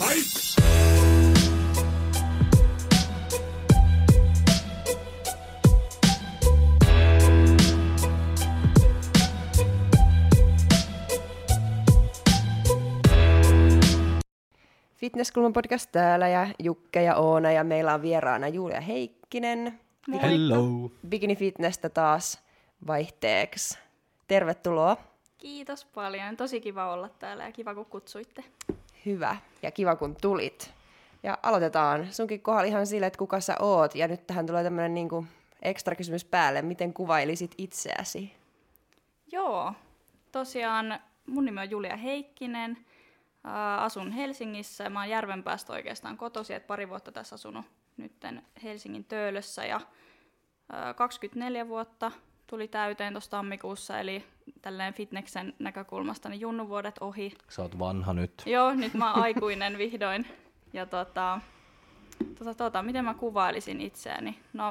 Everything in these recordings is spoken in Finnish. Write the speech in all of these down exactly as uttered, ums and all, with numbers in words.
Fitnesskulman podcast täällä ja Jukke ja Oona ja meillä on vieraana Julia Heikkinen. Hello! Bikini Fitnessä taas vaihteeksi. Tervetuloa. Kiitos paljon. Tosi kiva olla täällä ja kiva kun kutsuitte. Hyvä ja kiva kun tulit. Ja aloitetaan sunkin kohdalla ihan sille, että kuka sä oot. Ja nyt tähän tulee tämmönen niinku ekstra kysymys päälle. Miten kuvailisit itseäsi? Joo, tosiaan mun nimi on Julia Heikkinen. Asun Helsingissä ja mä oon Järvenpäästä oikeastaan kotoisin, että pari vuotta tässä asunut nytten Helsingin Töölössä ja kaksikymmentäneljä vuotta tuli täyteen tuossa tammikuussa, eli tälleen fitneksen näkökulmasta niin junnuvuodet ohi. Sä oot vanha nyt. Joo, nyt mä oon aikuinen vihdoin. Ja tota, tota, tota, miten mä kuvailisin itseäni? No,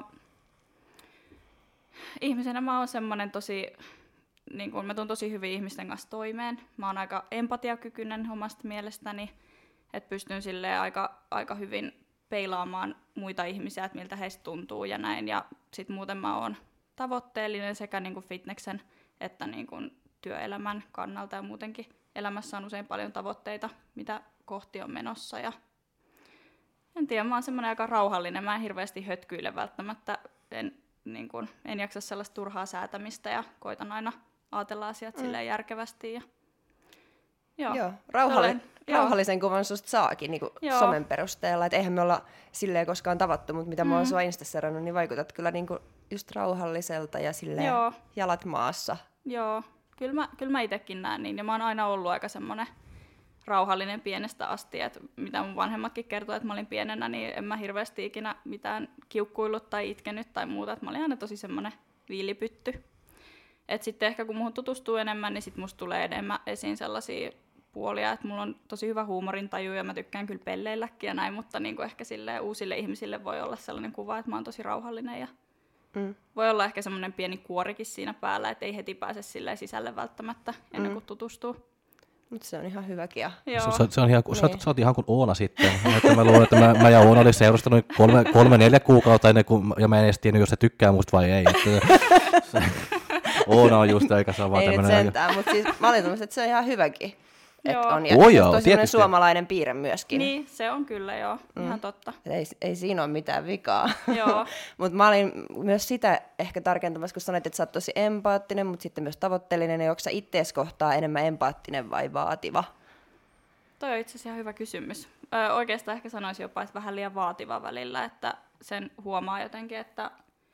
ihmisenä mä oon semmonen tosi... Niin kun mä tuun tosi hyvin ihmisten kanssa toimeen. Mä oon aika empatiakykyinen omasta mielestäni, että pystyn silleen aika, aika hyvin peilaamaan muita ihmisiä, että miltä heistä tuntuu ja näin. Ja sit muuten mä oon tavoitteellinen sekä niin kuin fitneksen että niin kuin työelämän kannalta ja muutenkin elämässä on usein paljon tavoitteita, mitä kohti on menossa. Ja en tiedä, mä oon semmoinen aika rauhallinen, mä en hirveästi hötkyile välttämättä, en, niin kun, en jaksa sellaista turhaa säätämistä ja koitan aina ajatella asiat mm. silleen järkevästi. Ja... Joo, Joo, rauhalli- rauhallisen kuvan susta saakin niin somen perusteella. Et eihän me olla silleen koskaan tavattu, mutta mitä mm. mä oon sua Instassa seurannut, niin vaikutat kyllä niin kuin just rauhalliselta ja silleen Joo. jalat maassa. Joo, kyllä mä, kyllä mä itekin näen niin. Ja mä oon aina ollut aika semmoinen rauhallinen pienestä asti. Et mitä mun vanhemmatkin kertoo, että mä olin pienenä, niin en mä hirveästi ikinä mitään kiukkuillut tai itkenyt tai muuta. Et mä olin aina tosi semmoinen viilipytty. Et sitten ehkä kun muuhun tutustuu enemmän, niin sit musta tulee enemmän esiin sellaisia puolia, että mulla on tosi hyvä huumorintaju ja mä tykkään kyllä pelleilläkin ja näin, mutta niinku ehkä silleen uusille ihmisille voi olla sellainen kuva, että mä oon tosi rauhallinen ja mm. voi olla ehkä semmoinen pieni kuorikin siinä päällä, että ei heti pääse silleen sisälle välttämättä ennen kuin mm. tutustuu. Mutta se on ihan hyväkin. Ja... Se, se on ihan, niin. sä, oot, sä oot ihan kuin Oona sitten. Että mä luulen, että mä, mä ja Oona oli seurustanut kolme, kolme neljä kuukautta ennen kuin, ja mä en edes tiennyt, jos se tykkää musta vai ei. Että, se, Oona on just aika sama. Ei nyt sentään, mutta siis mä olin tämmöistä, että se on ihan hyväkin. Että on ja oh, joo, tosi suomalainen piirre myöskin. Niin, se on kyllä joo, mm. ihan totta. Ei, ei siinä ole mitään vikaa. Mutta mä olin myös sitä ehkä tarkentamassa, kun sanoit, että sä oot tosi empaattinen, mutta sitten myös tavoitteellinen. Ja onko sä ittees kohtaa enemmän empaattinen vai vaativa? Toi on itse asiassa ihan hyvä kysymys. Ö, oikeastaan ehkä sanoisin jopa, että vähän liian vaativa välillä, että sen huomaa jotenkin, että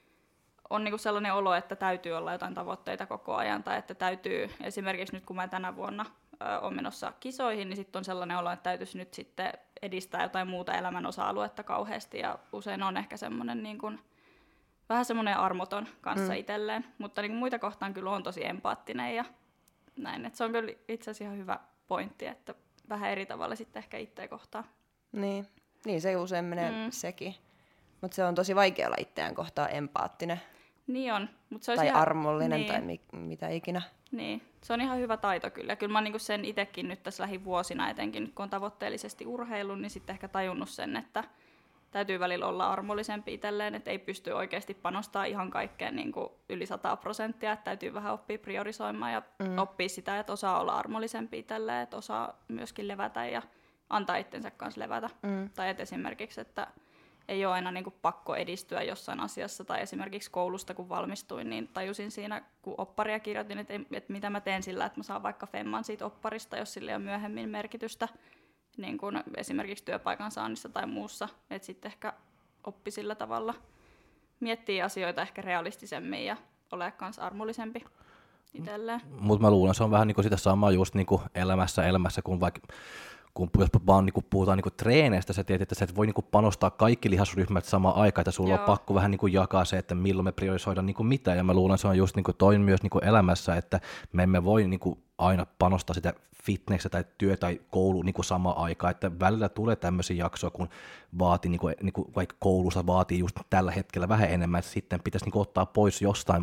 on niinku sellainen olo, että täytyy olla jotain tavoitteita koko ajan, tai että täytyy, esimerkiksi nyt kun mä tänä vuonna ö, olen menossa kisoihin, niin sitten on sellainen olo, että täytyisi nyt sitten edistää jotain muuta elämän osa-aluetta kauheasti, ja usein on ehkä semmoinen niin kuin, vähän semmoinen armoton kanssa mm. itselleen, mutta niin kuin muita kohtaan kyllä on tosi empaattinen, ja näin, että se on kyllä itse asiassa ihan hyvä pointti, että vähän eri tavalla sitten ehkä itseä kohtaan. Niin, niin se usein menee mm. sekin, mutta se on tosi vaikea olla itseään kohtaan empaattinen. Niin on. Mut se tai ihan, armollinen niin. tai mi- mitä ikinä. Niin, se on ihan hyvä taito kyllä. Kyllä mä oon niinku sen itsekin nyt tässä lähivuosina etenkin, kun on tavoitteellisesti urheillut, niin sitten ehkä tajunnut sen, että täytyy välillä olla armollisempi itselleen, että ei pysty oikeasti panostaa ihan kaikkeen niinku yli sata prosenttia, että täytyy vähän oppia priorisoimaan ja mm. oppia sitä, että osaa olla armollisempi itselleen, että osaa myöskin levätä ja antaa itsensä kanssa levätä. Mm. Tai et esimerkiksi, että ei ole aina niin kuin pakko edistyä jossain asiassa, tai esimerkiksi koulusta kun valmistuin, niin tajusin siinä, kun opparia kirjoitin, että, että mitä mä teen sillä, että mä saan vaikka femman siitä opparista, jos sille on myöhemmin merkitystä, niin kuin esimerkiksi työpaikan saannissa tai muussa, että sitten ehkä oppi sillä tavalla miettii asioita ehkä realistisemmin ja ole kanssa armollisempi itselleen. Mutta mä luulen, se on vähän niin kuin sitä samaa just niin kuin elämässä, elämässä, kun vaikka kun jos vaan niin kuin puhutaan niin kuin treeneistä, sä tiedät, että sä et voi niin kuin panostaa kaikki lihasryhmät samaan aikaan, että sulla Joo. on pakko vähän niin kuin jakaa se, että milloin me priorisoidaan niin kuin mitä, ja mä luulen, että se on just niin kuin toin myös niin kuin elämässä, että me emme voi niin kuin aina panostaa sitä fitnessä tai työ tai koulu niin kuin samaan aikaan, että välillä tulee tämmöisiä jaksoja, kun vaatii, niin kuin, niin kuin vaikka koulusta vaatii just tällä hetkellä vähän enemmän, että sitten pitäisi niin kuin ottaa pois jostain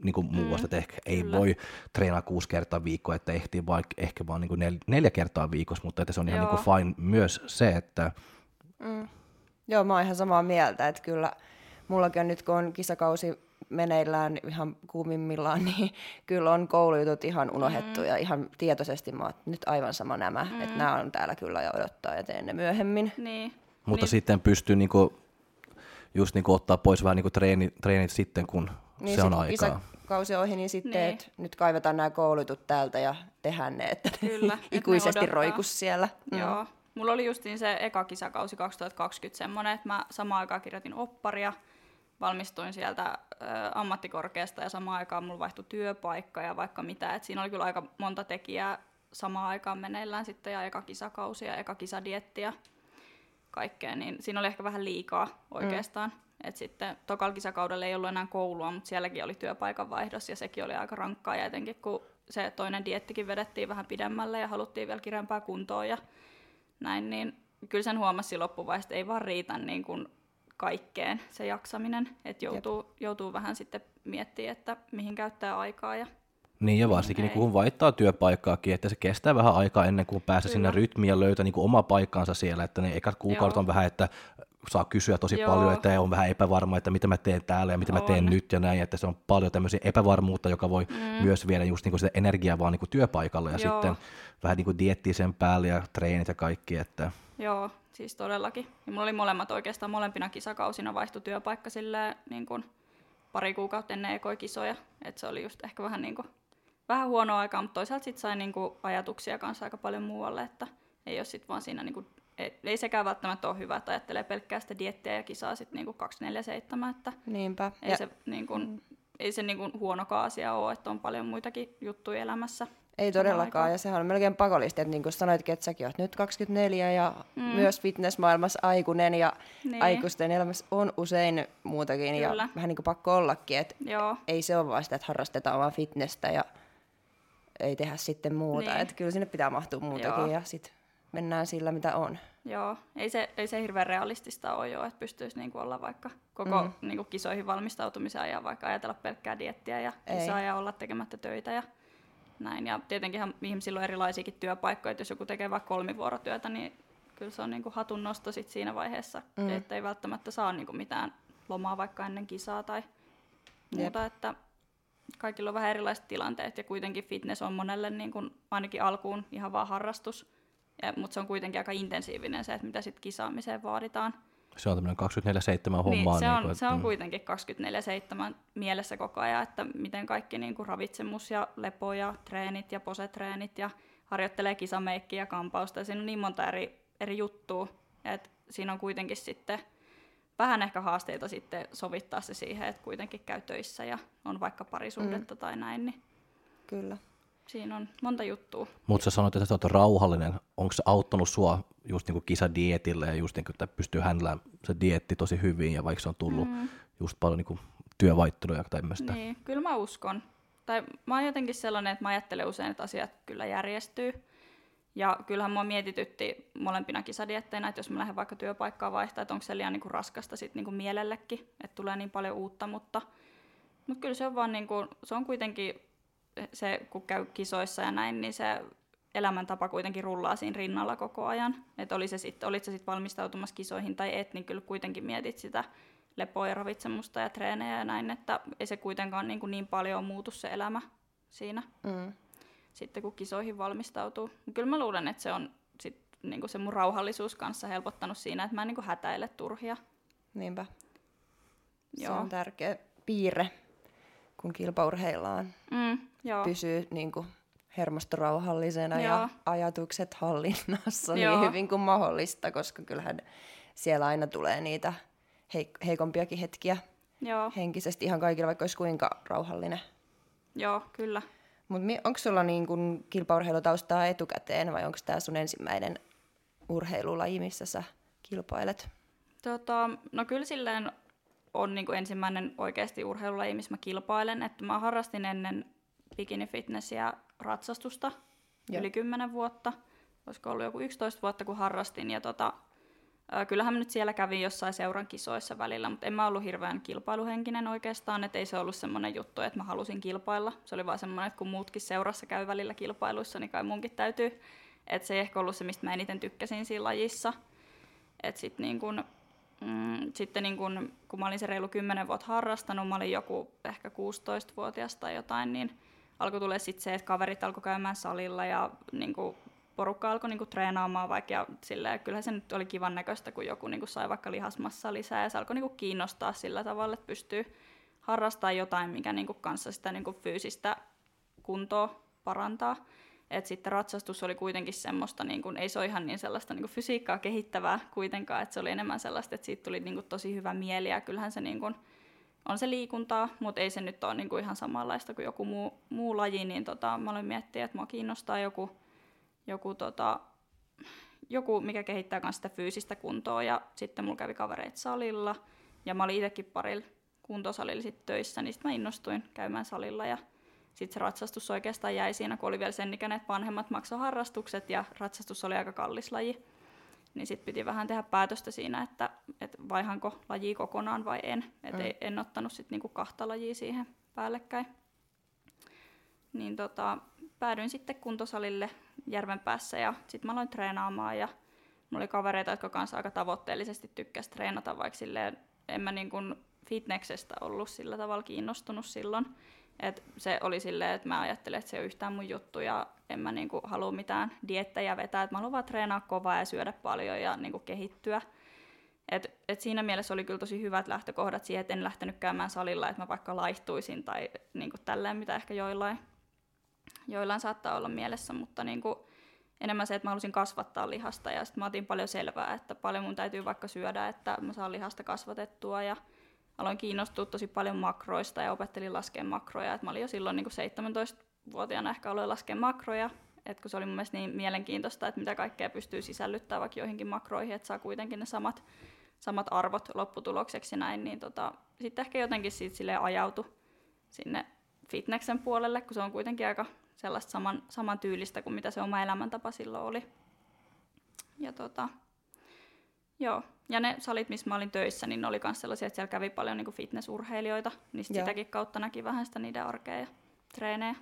niin kuin Mm, muusta, että ehkä ei kyllä. voi treenaa kuusi kertaa viikkoa, että ehtii vaikka ehkä vaan niin kuin nel, neljä kertaa viikossa, mutta että se on ihan Joo. niin kuin fine myös se, että Mm. Joo, mä oon ihan samaa mieltä, että kyllä mullakin on nyt, kun on kisakausi meneillään ihan kuumimmillaan, niin kyllä on koulujutut ihan unohdettu mm. ja ihan tietoisesti mä oon nyt aivan sama nämä, mm. että nämä on täällä kyllä ja odottaa ja teen ne myöhemmin. Niin. mutta niin. sitten pystyy niin kuin, just niin kuin ottaa pois vähän niin kuin treeni, treenit sitten, kun niin se on sit, aikaa. Kisakausi ohi, niin sitten, niin. että nyt kaivetaan nämä koulutut täältä ja tehdään ne, että Kyllä, ikuisesti et ne roikus siellä. Mm. Joo. Mulla oli justiin se eka kisakausi kaksituhattakaksikymmentä semmoinen, että mä samaan aikaan kirjoitin opparia, valmistuin sieltä ä, ammattikorkeasta ja samaan aikaan mulla vaihtui työpaikka ja vaikka mitä. Et siinä oli kyllä aika monta tekijää samaan aikaan meneillään sitten ja eka kisakausi ja eka kisadietti ja kaikkea. Niin siinä oli ehkä vähän liikaa oikeastaan. Mm. Et sitten tokalla kisakaudella ei ollut enää koulua, mutta sielläkin oli työpaikan vaihdos ja sekin oli aika rankkaa. Ja etenkin kun se toinen diettikin vedettiin vähän pidemmälle ja haluttiin vielä kireämpää kuntoon ja näin, niin kyllä sen huomasi loppuvaiheessa, että ei vaan riitä niin kuin kaikkeen se jaksaminen, että joutuu, joutuu vähän sitten miettimään, että mihin käyttää aikaa. Ja niin ja varsinkin niin kun vaihtaa työpaikkaakin, että se kestää vähän aikaa ennen kuin pääsee sinne rytmiin ja löytää niin kuin oma paikkansa siellä, että ne ekat kuukaudet on vähän, että saa kysyä tosi Joo. paljon, että on vähän epävarma, että mitä mä teen täällä ja mitä on. mä teen nyt ja näin, että se on paljon tämmöisiä epävarmuutta, joka voi mm. myös viedä just niin kuin sitä energiaa vaan niin kuin työpaikalla ja Joo. sitten vähän niin kuin diettiä sen päälle ja treenit ja kaikki. Että Joo, siis todellakin. Ja mulla oli molemmat oikeastaan molempina kisakausina vaihtui työpaikka silleen niin kuin pari kuukautta ennen ekoja kisoja, että se oli just ehkä vähän, niin kuin, vähän huonoa aikaa, mutta toisaalta sitten sai niin kuin ajatuksia kanssa aika paljon muualle, että ei ole sitten vaan siinä niin kuin Ei, ei sekään välttämättä ole hyvä, että ajattelee pelkkää sitä diettiä ja kisaa sitten niinku kaksikymmentäneljä seitsemän, että Niinpä. ei ja se, niinku, mm. ei se niinku huonokaan asia ole, että on paljon muitakin juttuja elämässä. Ei todellakaan, ja sehän on melkein pakollista, että niin kuin sanoitkin, että säkin olet nyt kaksikymmentäneljä ja mm. myös fitnessmaailmassa aikuinen ja niin. aikuisten elämässä on usein muutakin Kyllä. ja vähän niin kuin pakko ollakin, että Joo. ei se ole vaan sitä, että harrastetaan vaan fitnessä ja ei tehdä sitten muuta, niin. että kyllä sinne pitää mahtua muutakin Joo. ja sitten mennään sillä, mitä on. Joo, ei se, ei se hirveän realistista ole jo, että pystyisi niinku olla vaikka koko mm. niinku kisoihin valmistautumisen ajan, vaikka ajatella pelkkää diettiä ja kisaa ja olla tekemättä töitä ja näin. Ja tietenkin ihmisillä on erilaisiakin työpaikkoja, että jos joku tekee vaikka kolmivuorotyötä, niin kyllä se on niinku hatun nosto sit siinä vaiheessa, mm. että ei välttämättä saa niinku mitään lomaa vaikka ennen kisaa tai muuta, Jep. että kaikilla on vähän erilaiset tilanteet ja kuitenkin fitness on monelle niinku ainakin alkuun ihan vaan harrastus. Ja, mutta se on kuitenkin aika intensiivinen se, että mitä sitten kisaamiseen vaaditaan. Se on tämmöinen kaksikymmentäneljä seitsemän hommaa. Niin, se, on, niin kuin, se on kuitenkin kaksikymmentäneljä seitsemän mielessä koko ajan, että miten kaikki niin kuin ravitsemus ja lepo ja treenit ja posetreenit ja harjoittelee kisameikkiä ja kampausta. Ja siinä on niin monta eri, eri juttua, että siinä on kuitenkin sitten vähän ehkä haasteita sitten sovittaa se siihen, että kuitenkin käy töissä ja on vaikka parisuhdetta mm. tai näin. Niin Kyllä. Siinä on monta juttua. Mutta sä sanoit, että sä oot rauhallinen. Onko se auttanut sua just niinku kisadietille ja just niinku, että pystyy handlaamaan se dieetti tosi hyvin ja vaikka se on tullut mm. just paljon niinku työvaihtoja ja tämmöistä? Niin, kyllä mä uskon. Tai mä oon jotenkin sellainen, että mä ajattelen usein, että asiat kyllä järjestyy. Ja kyllähän mua mietitytti molempina kisadietteinä, että jos mä lähden vaikka työpaikkaa vaihtaa, että onko se liian niinku raskasta sit niinku mielellekin, että tulee niin paljon uutta, mutta, mutta kyllä se on vaan niinku, se on kuitenkin se, kun käy kisoissa ja näin, niin se elämäntapa kuitenkin rullaa siinä rinnalla koko ajan. Että oli se sit, olit sä sitten valmistautumassa kisoihin tai et, niin kyllä kuitenkin mietit sitä lepoa ja ravitsemusta ja treenejä ja näin, että ei se kuitenkaan niin, kuin niin paljon muutu se elämä siinä, mm. sitten kun kisoihin valmistautuu. Kyllä mä luulen, että se on sit, niin kuin se mun rauhallisuus kanssa helpottanut siinä, että mä en niin kuin hätäile turhia. Niinpä. Joo. Se on tärkeä piirre, kun kilpaurheillaan. Mm, joo. Pysyy niin kuin hermosto rauhallisena Joo. ja ajatukset hallinnassa Joo. niin hyvin kuin mahdollista, koska kyllähän siellä aina tulee niitä heik- heikompiakin hetkiä Joo. henkisesti ihan kaikilla, vaikka olisi kuinka rauhallinen. Joo, kyllä. Mutta onko sulla niin kun kilpaurheilutaustaa etukäteen vai onko tämä sun ensimmäinen urheilulaji, missä sä kilpailet? Tota, no kyllä silleen on niin kuin ensimmäinen oikeasti urheilulaji, missä mä kilpailen. Että mä harrastin ennen bikini-fitnessiä ratsastusta Joo. yli kymmenen vuotta. Olisiko ollut joku yksitoista vuotta, kun harrastin. Ja tota, Kyllähän mä nyt siellä kävin jossain seuran kisoissa välillä, mutta en mä ollut hirveän kilpailuhenkinen oikeastaan, että ei se ollut semmoinen juttu, että mä halusin kilpailla. Se oli vaan semmoinen, että kun muutkin seurassa käy välillä kilpailuissa, niin kai munkin täytyy. Että se ei ehkä ollut se, mistä mä eniten tykkäsin siinä lajissa. Et sit niin kun, mm, sitten niin kun, kun mä olin se reilu kymmenen vuotta harrastanut, mä olin joku ehkä kuusitoistavuotias tai jotain, niin alkoi tulla sitten se, että kaverit alkoi käymään salilla ja niin kun, porukka alkoi niinku treenaamaan vaikka, ja silleen, kyllähän se nyt oli kivan näköistä, kun joku niinku sai vaikka lihasmassaa lisää, ja se alkoi niinku kiinnostaa sillä tavalla, että pystyy harrastamaan jotain, mikä niinku kanssa sitä niinku fyysistä kuntoa parantaa. Et sitten ratsastus oli kuitenkin semmoista, niinku, ei se ole ihan niin sellaista niinku fysiikkaa kehittävää kuitenkaan, että se oli enemmän sellaista, että siitä tuli niinku tosi hyvä mieli, ja kyllähän se niinku, on se liikuntaa, mutta ei se nyt ole niinku ihan samanlaista kuin joku muu, muu laji, niin tota, mä aloin miettiä, että mua kiinnostaa joku Joku, tota, joku, mikä kehittää myös sitä fyysistä kuntoa, ja sitten mulla kävi kavereita salilla, ja mä olin itsekin parilla kuntosalilla sit töissä, niin sitten mä innostuin käymään salilla, ja sitten se ratsastus oikeastaan jäi siinä, kun oli vielä sen ikäinen, että vanhemmat maksoi harrastukset, ja ratsastus oli aika kallis laji, niin sitten piti vähän tehdä päätöstä siinä, että et vaihanko lajia kokonaan vai en, että mm. en ottanut sitten niinku kahta lajia siihen päällekkäin. Niin tota, päädyin sitten kuntosalille Järvenpäässä ja sitten mä aloin treenaamaan ja mulla oli kavereita, jotka kanssa aika tavoitteellisesti tykkäsi treenata, vaikka silleen en mä niin kuin fitneksestä ollut sillä tavalla kiinnostunut silloin. Et se oli silleen, että mä ajattelin, että se ei ole yhtään mun juttu ja en mä niin kuin halua mitään dieettejä vetää, että mä haluan vaan treenaa kovaa ja syödä paljon ja niin kuin kehittyä. Et, et siinä mielessä oli kyllä tosi hyvät lähtökohdat siihen, että en lähtenyt käymään salilla, että mä vaikka laihtuisin tai niin kuin tälleen, mitä ehkä joillain Joillain saattaa olla mielessä, mutta niin kuin enemmän se, että mä halusin kasvattaa lihasta ja sitten mä otin paljon selvää, että paljon mun täytyy vaikka syödä, että mä saan lihasta kasvatettua ja aloin kiinnostua tosi paljon makroista ja opettelin laskea makroja. Et mä olin jo silloin niin kuin seitsemäntoistavuotiaana ehkä aloin laskea makroja, et kun se oli mun mielestä niin mielenkiintoista, että mitä kaikkea pystyy sisällyttämään vaikka joihinkin makroihin, että saa kuitenkin ne samat, samat arvot lopputulokseksi näin, niin tota, sitten ehkä jotenkin siitä silleen ajautui sinne fitneksen puolelle, kun se on kuitenkin aika sellaista saman, saman tyylistä kuin mitä se oma elämäntapa silloin oli. Ja, tota, joo. ja ne salit, missä mä olin töissä, niin ne oli myös sellaisia, että siellä kävi paljon niin kuin fitnessurheilijoita, niin sitäkin kautta näki vähän sitä niiden arkea ja treenejä.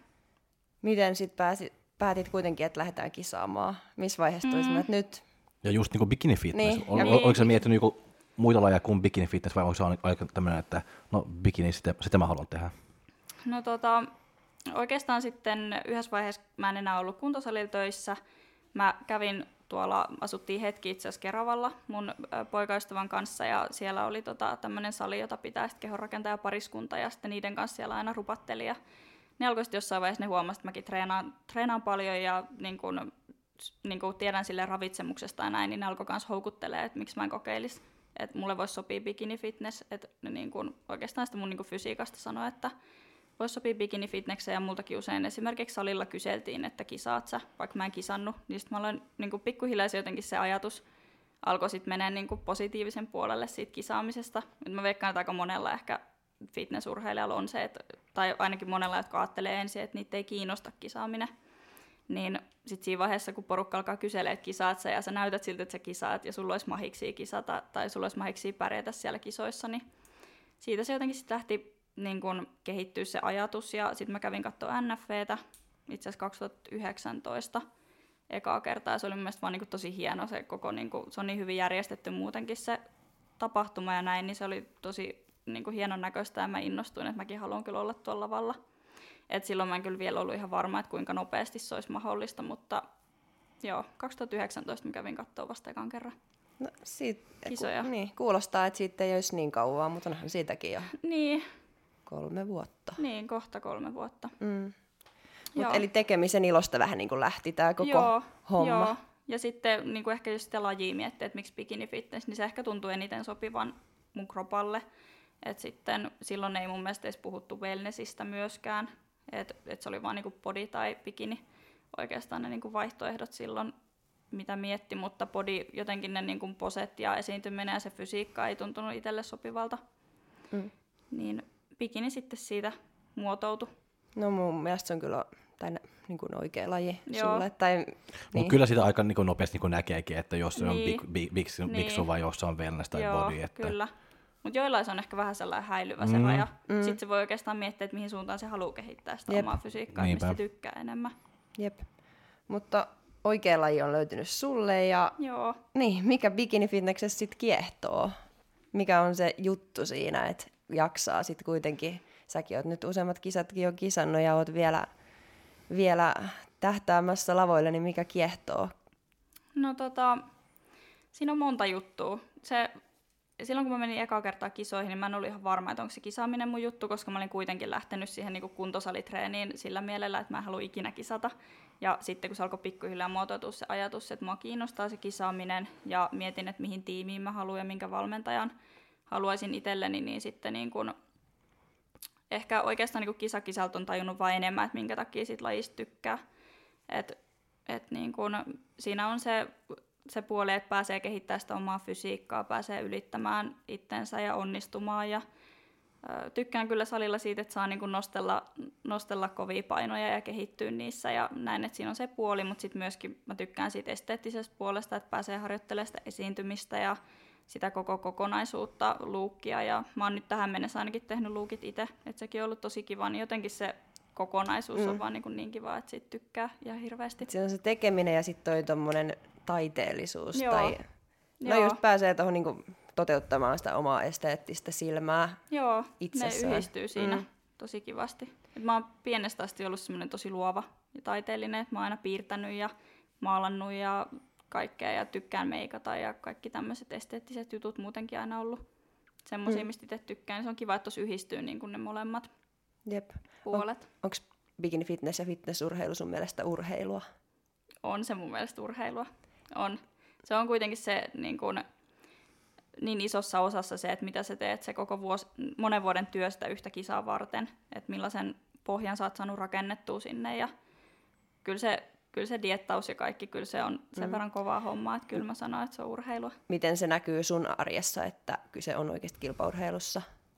Miten sitten päätit kuitenkin, että lähdetään kisaamaan? Missä vaiheessa tuli mm. nyt? Ja just niin kuin bikini fitness. Niin, Ol, niin. Oliko sä miettinyt joku muita lajeja kuin bikini fitness, vai onko se aika tämmöinen, että no bikini, sitä, sitä mä haluan tehdä? No tota, oikeastaan sitten yhdessä vaiheessa mä en enää ollut kuntosalilla töissä. Mä kävin tuolla, asuttiin hetki itse asiassa Keravalla mun poikaystävän kanssa ja siellä oli tota, tämmöinen sali, jota pitää sitten kehonrakentaja pariskunta ja sitten niiden kanssa siellä aina rupatteli. Ja ne alkoi sitten jossain vaiheessa, ne huomasi, että mäkin treenaan, treenaan paljon ja niin kun, niin kun tiedän sille ravitsemuksesta ja näin, niin ne alkoi myös houkuttelemaan, että miksi mä en kokeilisi. Että mulle voisi sopia bikini fitness, että niin kun, oikeastaan sitä mun niin kun fysiikasta sanoi, että voisi sopia bikini fitnekseen ja multakin usein esimerkiksi salilla kyseltiin, että kisaat sä, vaikka mä en kisannut, niin sitten mä aloin niin kuin pikkuhiljaa jotenkin se ajatus alkoi sitten mennä niin kuin positiivisen puolelle siitä kisaamisesta. Nyt mä veikkaan, että aika monella ehkä fitnessurheilijalla on se, että, tai ainakin monella, jotka ajattelee ensin, että niitä ei kiinnosta kisaaminen. Niin sitten siinä vaiheessa, kun porukka alkaa kyselemään, että kisaat sä ja sä näytät siltä, että sä kisaat ja sulla olisi mahiksia kisata tai sulla olisi mahiksia pärjätä siellä kisoissa, niin siitä se jotenkin sitten lähti niin kun kehittyä se ajatus ja sitten mä kävin katsoa N F V:tä itse asiassa kaksituhattayhdeksäntoista ekaa kertaa ja se oli mun mielestä vaan niin kun tosi hieno se koko, niin kun, se on niin hyvin järjestetty muutenkin se tapahtuma ja näin, niin se oli tosi niin kun hienon näköistä ja mä innostuin, että mäkin haluan kyllä olla tuolla lavalla. Et silloin mä en kyllä vielä ollut ihan varma, että kuinka nopeasti se olisi mahdollista, mutta joo, kaksituhattayhdeksäntoista mä kävin katsoa vasta ekan kerran. No, siitä, kisoja. Ku, niin, kuulostaa, että siitä ei olisi niin kauan, mutta onhan siitäkin jo. Niin. Kolme vuotta. Niin, kohta kolme vuotta. Mm. Mut eli tekemisen ilosta vähän niin kuin lähti tämä koko joo, homma. Joo. Ja sitten niin kuin ehkä just sitä lajia miettiä, että miksi bikini fitness, niin se ehkä tuntuu eniten sopivan mun kropalle. Et sitten silloin ei mun mielestä edes puhuttu wellnessistä myöskään. Että et se oli vaan niin kuin body tai bikini oikeastaan ne niin kuin vaihtoehdot silloin, mitä mietti. Mutta body, jotenkin ne niin kuin poset ja esiintyminen ja se fysiikka ei tuntunut itselle sopivalta. Mm. Niin bikini sitten siitä muotoutui. No mun mielestä se on kyllä, tai niin kuin oikea laji Joo. sulle. Tai, niin. Mutta kyllä sitä aika niin kuin nopeasti niin kuin näkeekin, että jos se niin. on big, big, big, niin. biksu vai jos se on wellness tai Joo, body. Että... kyllä. Mutta joillain se on ehkä vähän sellainen häilyvä se mm. raja. Mm. Sitten se voi oikeastaan miettiä, että mihin suuntaan se haluaa kehittää sitä Jep. omaa fysiikkaa, Niinpä. mistä tykkää enemmän. Jep. Mutta oikea laji on löytynyt sulle ja Joo. Niin, mikä bikini-fitneksessä sitten kiehtoo? Mikä on se juttu siinä, että jaksaa sitten kuitenkin? Säkin oot nyt useammat kisatkin jo kisannut ja oot vielä, vielä tähtäämässä lavoille, niin mikä kiehtoo? No tota, siinä on monta juttua. Se, silloin kun mä menin ekaa kertaa kisoihin, niin mä en ollut ihan varma, että onko se kisaaminen mun juttu, koska mä olin kuitenkin lähtenyt siihen niin kuin kuntosalitreeniin sillä mielellä, että mä en halua ikinä kisata. Ja sitten kun se alkoi pikkuhiljaa muotoutua se ajatus, että mua kiinnostaa se kisaaminen ja mietin, että mihin tiimiin mä haluan ja minkä valmentajan haluaisin itselleni, niin sitten niin kun ehkä oikeastaan niin kun kisakisalta on tajunnut vain enemmän, että minkä takia siitä lajista tykkää. Et, et niin kun siinä on se, se puoli, että pääsee kehittämään sitä omaa fysiikkaa, pääsee ylittämään itsensä ja onnistumaan ja tykkään kyllä salilla siitä, että saa niinku nostella, nostella kovia painoja ja kehittyä niissä ja näin, että siinä on se puoli, mutta sitten myöskin mä tykkään siitä esteettisestä puolesta, että pääsee harjoittelemaan sitä esiintymistä ja sitä koko kokonaisuutta, luukkia ja mä oon nyt tähän mennessä ainakin tehnyt luukit itse, että sekin on ollut tosi kiva, niin jotenkin se kokonaisuus mm. on vaan niin, niin kiva, että siitä tykkää ihan hirveästi. Siinä on se tekeminen ja sitten toi tommonen taiteellisuus Joo. tai no Joo. just pääsee tuohon niinku toteuttamaan sitä omaa esteettistä silmää Joo, itsessään. ne yhdistyy siinä mm. tosi kivasti. Et mä oon pienestä asti ollut semmoinen tosi luova ja taiteellinen, että mä oon aina piirtänyt ja maalannut ja kaikkea ja tykkään meikata ja kaikki tämmöiset esteettiset jutut muutenkin aina ollut semmoisia, mm. mistä itse tykkään. Niin se on kiva, että tuossa yhdistyy niin kuin ne molemmat Jep. puolet. On, onko bikini fitness ja fitnessurheilu sun mielestä urheilua? On se mun mielestä urheilua. On. Se on kuitenkin se niin kuin niin isossa osassa se, että mitä sä teet se koko vuosi, monen vuoden työstä yhtä kisaa varten, että millaisen pohjan sä oot saanut rakennettua sinne ja kyllä se, kyllä se dieettaus ja kaikki, kyllä se on sen mm. verran kovaa hommaa, että kyllä mä sanon, että se on urheilua. Miten se näkyy sun arjessa, että kyse on oikeasti kilpaurheilussa?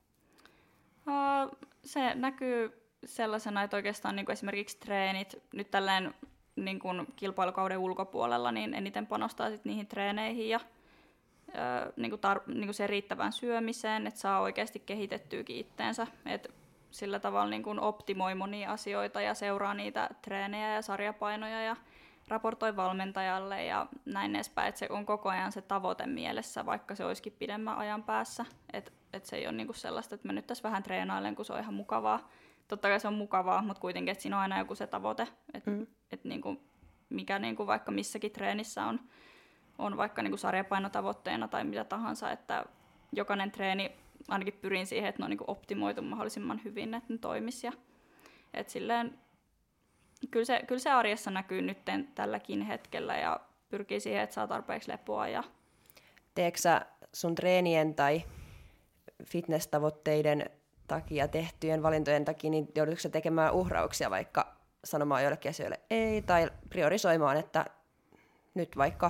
Uh, se näkyy sellaisena, että oikeastaan niin kuin esimerkiksi treenit, nyt tälleen niin kuin kilpailukauden ulkopuolella, niin eniten panostaa sit niihin treeneihin ja Öö, niinku tar- niinku se riittävään syömiseen, että saa oikeasti kehitettyäkin itteensä, että sillä tavalla niinku optimoi monia asioita ja seuraa niitä treenejä ja sarjapainoja ja raportoi valmentajalle ja näin edespäin, että se on koko ajan se tavoite mielessä, vaikka se olisikin pidemmän ajan päässä, että et se ei ole niinku sellaista, että mä nyt tässä vähän treenailen, kun se on ihan mukavaa. Totta kai se on mukavaa, mutta kuitenkin, että siinä on aina joku se tavoite, että mm. et niinku, mikä niinku vaikka missäkin treenissä on on vaikka niin kuin sarjapainotavoitteena tai mitä tahansa, että jokainen treeni, ainakin pyrin siihen, että ne on niin kuin optimoitu mahdollisimman hyvin, että ne toimisi. Ja, et silleen, kyllä, se, kyllä se arjessa näkyy nyt tälläkin hetkellä ja pyrkii siihen, että saa tarpeeksi lepoa. Ja... Teekö sä sun treenien tai fitness-tavoitteiden takia, tehtyjen valintojen takia, niin joudutko sä tekemään uhrauksia vaikka sanomaan joillekin asioille ei tai priorisoimaan, että nyt vaikka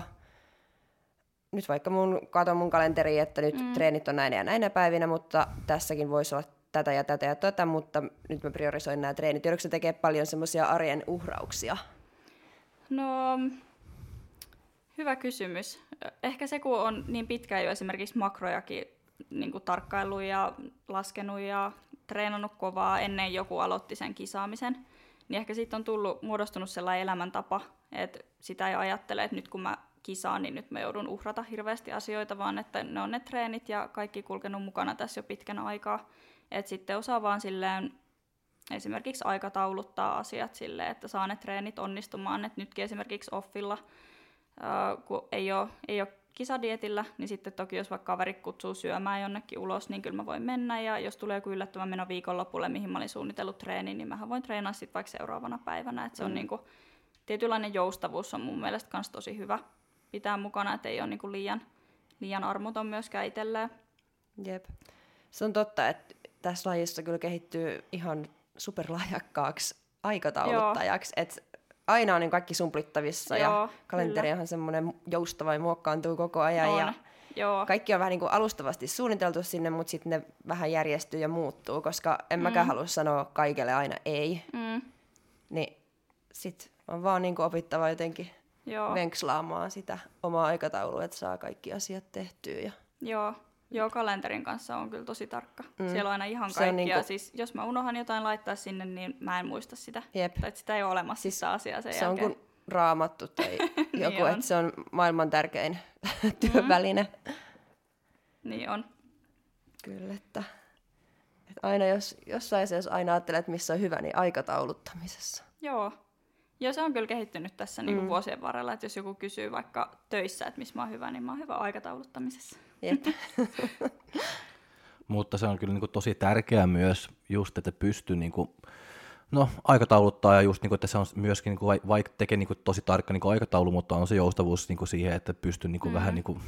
Nyt vaikka mun, katon mun kalenteri, että nyt mm. treenit on näinä ja näinä päivinä, mutta tässäkin voisi olla tätä ja tätä ja tätä, mutta nyt mä priorisoin nämä treenit. Joudutko sä tekee paljon semmoisia arjen uhrauksia? No, hyvä kysymys. Ehkä se, kun on niin pitkään jo esimerkiksi makrojakin niin kuin tarkkaillut ja laskenut ja treenannut kovaa ennen joku aloitti sen kisaamisen, niin ehkä siitä on tullut, muodostunut sellainen elämäntapa, että sitä ei ajattele, että nyt kun mä kisaan, niin nyt mä joudun uhrata hirveästi asioita, vaan että ne on ne treenit ja kaikki kulkenut mukana tässä jo pitkän aikaa. Että sitten osaa vaan silleen esimerkiksi aikatauluttaa asiat silleen, että saa ne treenit onnistumaan. Et nytkin esimerkiksi offilla, äh, kun ei ole, ei ole kisadietillä, niin sitten toki jos vaikka kaveri kutsuu syömään jonnekin ulos, niin kyllä mä voin mennä. Ja jos tulee joku yllättävä meno viikonlopulle, mihin mä olin suunnitellut treeniin, niin mähän voin treenaa sitten vaikka seuraavana päivänä. Et se on mm. niinku, tietynlainen joustavuus on mun mielestä kans tosi hyvä pitää mukana, että ei ole niinku liian, liian armoton myöskään itselleen. Jep. Se on totta, että tässä lajissa kyllä kehittyy ihan superlahjakkaaksi aikatauluttajaksi, että aina on niin kaikki sumplittavissa Joo, ja kalenteri onhan semmoinen joustava ja muokkaantuu koko ajan on. ja Joo. kaikki on vähän niin kuin alustavasti suunniteltu sinne, mutta sitten ne vähän järjestyy ja muuttuu, koska en mm. mäkään halua sanoa kaikelle aina ei. Mm. Niin sit on vaan niinku opittava jotenkin Joo. venkslaamaan sitä omaa aikataulua, että saa kaikki asiat tehtyä. Ja... Joo. Joo, kalenterin kanssa on kyllä tosi tarkka. Mm. Siellä on aina ihan kaikkia. Niinku... Siis, jos mä unohan jotain laittaa sinne, niin mä en muista sitä. Jep. Tai sitä ei ole olemassa siis sitä asiaa sen se jälkeen. On kuin raamattu tai joku, niin että se on maailman tärkein työväline. Mm. Niin on. Kyllä, että, että aina jos jossain asiassa aina ajattelee, että missä on hyvä, niin aikatauluttamisessa. Joo. Ja se on kyllä kehittynyt tässä mm. niin kuin vuosien varrella, että jos joku kysyy vaikka töissä, että missä mä oon hyvä, niin mä oon hyvä aikatauluttamisessa. Jep. Mutta se on kyllä niin kuin tosi tärkeää myös just, että pystyy niin kuin, no, aikatauluttaa ja just, niin kuin, että se on myöskin, niin kuin, vaikka tekee niin kuin, tosi tarkka niin kuin aikataulu, mutta on se joustavuus niin kuin siihen, että pystyy niin kuin, mm. vähän niin kuin,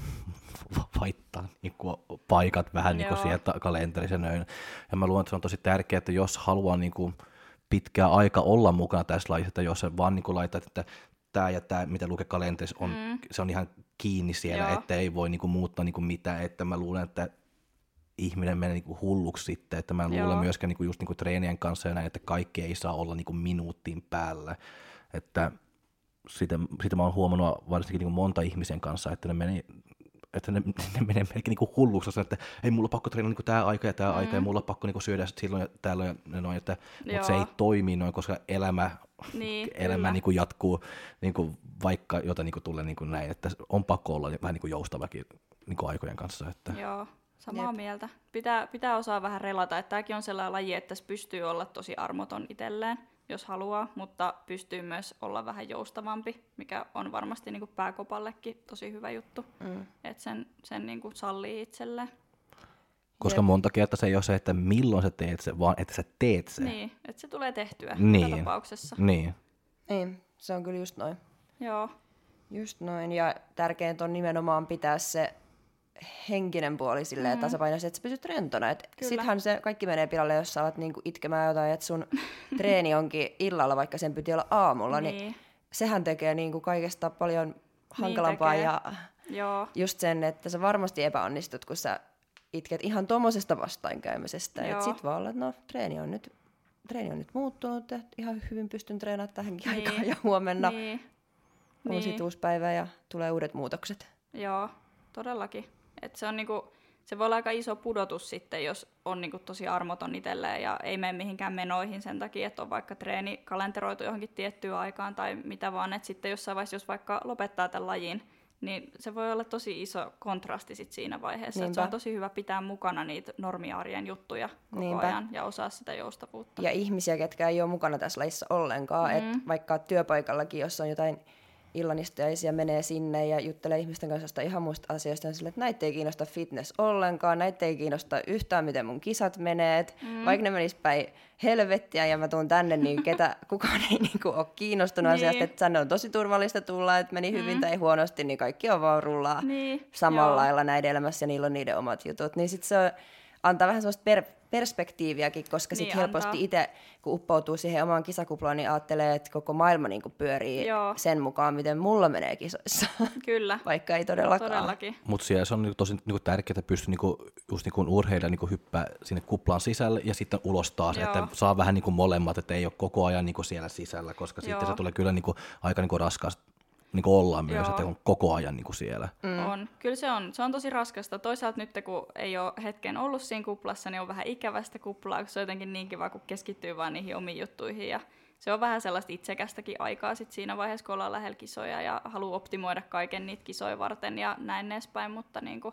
vaihtaa niin kuin, paikat vähän niin kuin, sieltä kalenterisen öin. Ja mä luulen, että se on tosi tärkeää, että jos haluaa niin kuin, pitkää aika olla mukana tässä lajissa, että jos sä vaan niin kuin, laitat, että tämä ja tämä, mitä lukee kalenterissa, on, mm. se on ihan kiinni siellä, Joo. että ei voi niin kuin, muuttaa niin kuin, mitään, että mä luulen, että ihminen menee niinku hulluksi sitten, että mä luulen Joo. myöskään niinku just niinku treenien kanssa ja näin, että kaikki ei saa olla niinku minuutin päällä, että sitä, sitä mä oon huomannut varsinkin niinku monta ihmisen kanssa, että ne menee, että ne, ne menee melkein niinku hulluksi, että ei mulla pakko treenata niinku tää aika ja tää mm. aika ja mulla pakko niinku syödä silloin ja täällä ja noin, että mutta se ei toimi noin, koska elämä, niin, elämä niinku jatkuu niinku vaikka jota niinku tulee niinku näin, että on pakko olla vähän niinku joustavakin niinku aikojen kanssa, että Joo. Samaa Jep. mieltä. Pitää, pitää osaa vähän relata, että tämäkin on sellainen laji, että se pystyy olla tosi armoton itselleen, jos haluaa, mutta pystyy myös olla vähän joustavampi, mikä on varmasti niin kuin pääkopallekin tosi hyvä juttu, mm. että sen, sen niin kuin sallii itselleen. Koska Jep. monta kertaa se ei ole se, että milloin sä teet se, vaan että sä teet se. Niin, että se tulee tehtyä niin. joka tapauksessa. Niin. Niin, se on kyllä just noin. Joo. Just noin, ja tärkeintä on nimenomaan pitää se henkinen puoli silleen mm. tasapainoisesti, että sä pysyt rentona. Sittenhän se kaikki menee pilalle, jos sä alat niinku itkemään jotain, että sun treeni onkin illalla, vaikka sen piti olla aamulla, niin, niin sehän tekee niinku kaikesta paljon hankalampaa. Niin ja Joo. just sen, että sä varmasti epäonnistut, kun sä itket ihan tuommoisesta vastainkäymisestä. Et sit vaan olla, että no treeni on nyt, treeni on nyt muuttunut, että ihan hyvin pystyn treenaamaan tähänkin niin. aikaan ja huomenna niin. on niin. sit uusi päivä ja tulee uudet muutokset. Joo, todellakin. Et se, on niinku, se voi olla aika iso pudotus sitten, jos on niinku tosi armoton itselleen ja ei mene mihinkään menoihin sen takia, että on vaikka treeni kalenteroitu johonkin tiettyyn aikaan tai mitä vaan. Että sitten jossain vaiheessa, jos vaikka lopettaa tämän lajin, niin se voi olla tosi iso kontrasti sit siinä vaiheessa. Et se on tosi hyvä pitää mukana niitä normiarjen juttuja koko Niinpä. ajan ja osaa sitä joustavuutta. Ja ihmisiä, ketkä ei ole mukana tässä lajissa ollenkaan. Mm. Et vaikka työpaikallakin, jos on jotain illanistujaisia, menee sinne ja juttelee ihmisten kanssa jostain ihan muista asioista, sille, että näitä ei kiinnosta fitness ollenkaan, näitä ei kiinnosta yhtään, miten mun kisat menee, mm. vaikka ne menis päin helvettiä ja mä tuun tänne, niin ketä, kukaan ei niinku ole kiinnostunut niin. asiasta, että tänne on tosi turvallista tulla, että meni hyvin mm. tai huonosti, niin kaikki on vaan rullaa niin. samalla Joo. lailla näiden elämässä ja niillä on niiden omat jutut, niin sit se on, antaa vähän sellaista per, perspektiiviäkin, koska niin, sitten helposti itse, kun uppoutuu siihen omaan kisakuplaan, niin ajattelee, että koko maailma niin kuin pyörii Joo. sen mukaan, miten mulla menee kisoissa. Kyllä. Vaikka ei todellakaan. Todellakin. Mutta siellä se on niinku tosi niinku tärkeää, että pystyy niinku, just niinku urheilija niinku hyppää sinne kuplaan sisälle ja sitten ulos taas, Joo. että saa vähän niinku molemmat, että ei ole koko ajan niinku siellä sisällä, koska Joo. sitten se tulee kyllä niinku aika niinku raskaasti niinku ollaan myös, Joo. että on koko ajan niinku siellä. Mm. On. Kyllä se on. Se on tosi raskasta. Toisaalta nyt, kun ei ole hetken ollut siinä kuplassa, niin on vähän ikävästä kuplaa, kun se on jotenkin niin kiva, kun keskittyy vaan niihin omiin juttuihin. Ja se on vähän sellaista itsekästäkin aikaa sit siinä vaiheessa, kun ollaan lähellä kisoja ja haluaa optimoida kaiken niitä kisoja varten ja näin edespäin, mutta niinku,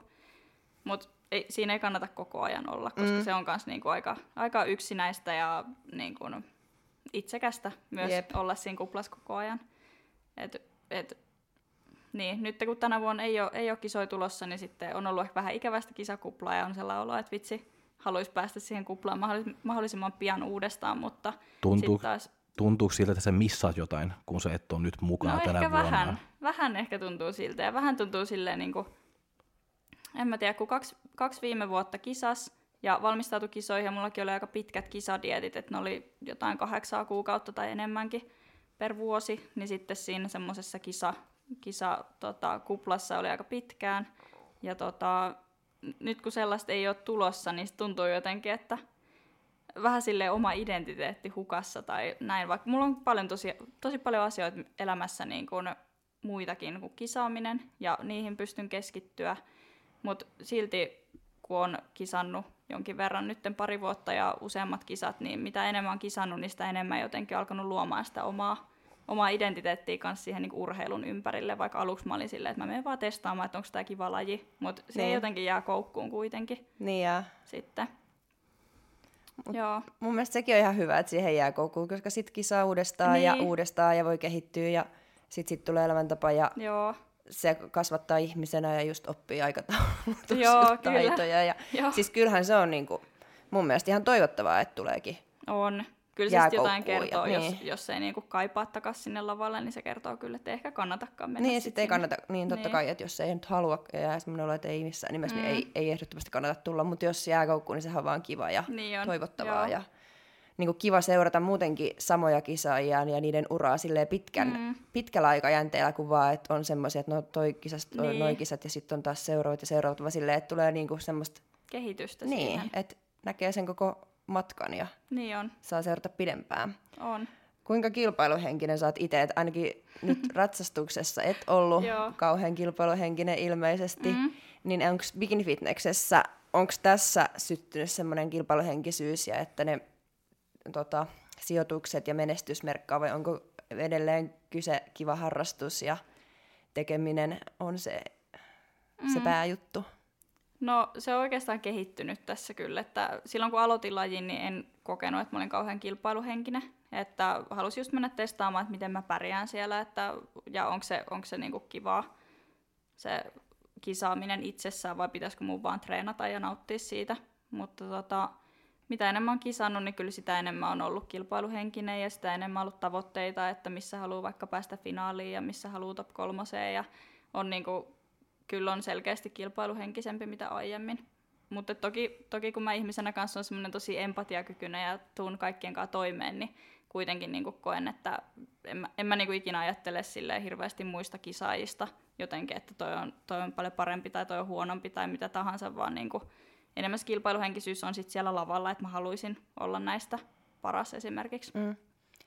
mut ei, siinä ei kannata koko ajan olla, koska mm. se on myös niinku aika, aika yksinäistä ja niinku itsekästä myös Jep. olla siinä kuplassa koko ajan. Et, et, niin, nyt kun tänä vuonna ei ole, ei ole kisoja tulossa, niin sitten on ollut ehkä vähän ikävästä kisakuplaa ja on sellainen olo, että vitsi, haluaisi päästä siihen kuplaan mahdollis- mahdollisimman pian uudestaan, mutta Tuntuu, taas... Tuntuuko siltä, että sä missaat jotain, kun sä et ole nyt mukana no tänä ehkä vuonna? Vähän, vähän ehkä tuntuu siltä ja vähän tuntuu silleen, niin kuin, en mä tiedä, kun kaksi, kaksi viime vuotta kisas ja valmistautui kisoihin ja mullakin oli aika pitkät kisadietit, että ne oli jotain kahdeksaa kuukautta tai enemmänkin per vuosi, niin sitten siinä semmoisessa kisa, kisa tota, kuplassa oli aika pitkään. Ja tota, nyt kun sellaista ei ole tulossa, niin tuntuu jotenkin, että vähän silleen oma identiteetti hukassa tai näin, vaikka mulla on paljon tosi, tosi paljon asioita elämässä niin kuin muitakin kuin kisaaminen, ja niihin pystyn keskittyä, mutta silti kun on kisannut jonkin verran nytten pari vuotta ja useammat kisat, niin mitä enemmän on kisannut, niin sitä enemmän jotenkin alkanut luomaan sitä omaa, omaa identiteettiä kanssa siihen niin kuin urheilun ympärille, vaikka aluksi mä olin silleen, että mä menen vaan testaamaan, että onko tämä kiva laji, mutta se niin. jotenkin jää koukkuun kuitenkin. Niin jää. Sitten. Mut Joo. Mun mielestä sekin on ihan hyvä, että siihen jää koukkuun, koska sit kisaa uudestaan niin. ja uudestaan ja voi kehittyä ja sit, sit tulee elämäntapa ja Joo. se kasvattaa ihmisenä ja just oppii aikataulutustaitoja. Ja, siis kyllähän se on niinku, mun mielestä ihan toivottavaa, että tuleekin. On. Kyllä se sitten jotain kertoo, ja, jos, niin. jos ei niinku kaipaa takaisin sinne lavalle, niin se kertoo kyllä, että ei ehkä kannatakaan mennä. Niin, sitten ei kannata, niin totta niin. kai, että jos ei nyt halua ja jää semmoinen olo, että ei missään nimessä, mm. niin ei, ei ehdottomasti kannata tulla, mutta jos jää koukkuun, niin sehän on vaan kiva ja niin toivottavaa. Ja niin kuin kiva seurata muutenkin samoja kisaajia ja niiden uraa silleen pitkän, mm. pitkällä aikajänteellä, kun vaan, että on semmoisia, että no toi kisat, toi, niin. noi kisat ja sitten on taas seuraavat ja seuraavat, vaan silleen, että tulee niinku semmoista kehitystä niin, siihen. Että näkee sen koko matkan ja niin on. saa seurata pidempään. On. Kuinka kilpailuhenkinen sä oot itse? Et ainakin nyt ratsastuksessa et ollut kauhean kilpailuhenkinen ilmeisesti. Mm. Niin onko bikinifitneksessä, onko tässä syttynyt semmoinen kilpailuhenkisyys ja että ne tota, sijoitukset ja menestys merkkaa vai onko edelleen kyse kiva harrastus ja tekeminen on se, mm. se pääjuttu? No se on oikeastaan kehittynyt tässä kyllä, että silloin kun aloitin lajin, niin en kokenut, että mä olin kauhean kilpailuhenkinen, että halusin just mennä testaamaan, että miten mä pärjään siellä, että, ja onko se, onko se niinku kivaa se kisaaminen itsessään, vai pitäisikö mun vaan treenata ja nauttia siitä, mutta tota, mitä enemmän on kisannut, niin kyllä sitä enemmän on ollut kilpailuhenkinen ja sitä enemmän on ollut tavoitteita, että missä haluaa vaikka päästä finaaliin ja missä haluaa top kolmoseen ja on niinku, kyllä on selkeästi kilpailuhenkisempi mitä aiemmin. Mutta toki, toki kun mä ihmisenä kanssa on semmoinen tosi empatiakykyinen ja tuun kaikkien kanssa toimeen, niin kuitenkin niinku koen, että en mä, en mä niinku ikinä ajattele silleen hirveästi muista kisaajista jotenkin, että toi on, toi on paljon parempi tai toi on huonompi tai mitä tahansa, vaan niinku enemmän se kilpailuhenkisyys on sit siellä lavalla, että mä haluaisin olla näistä paras esimerkiksi. Mm.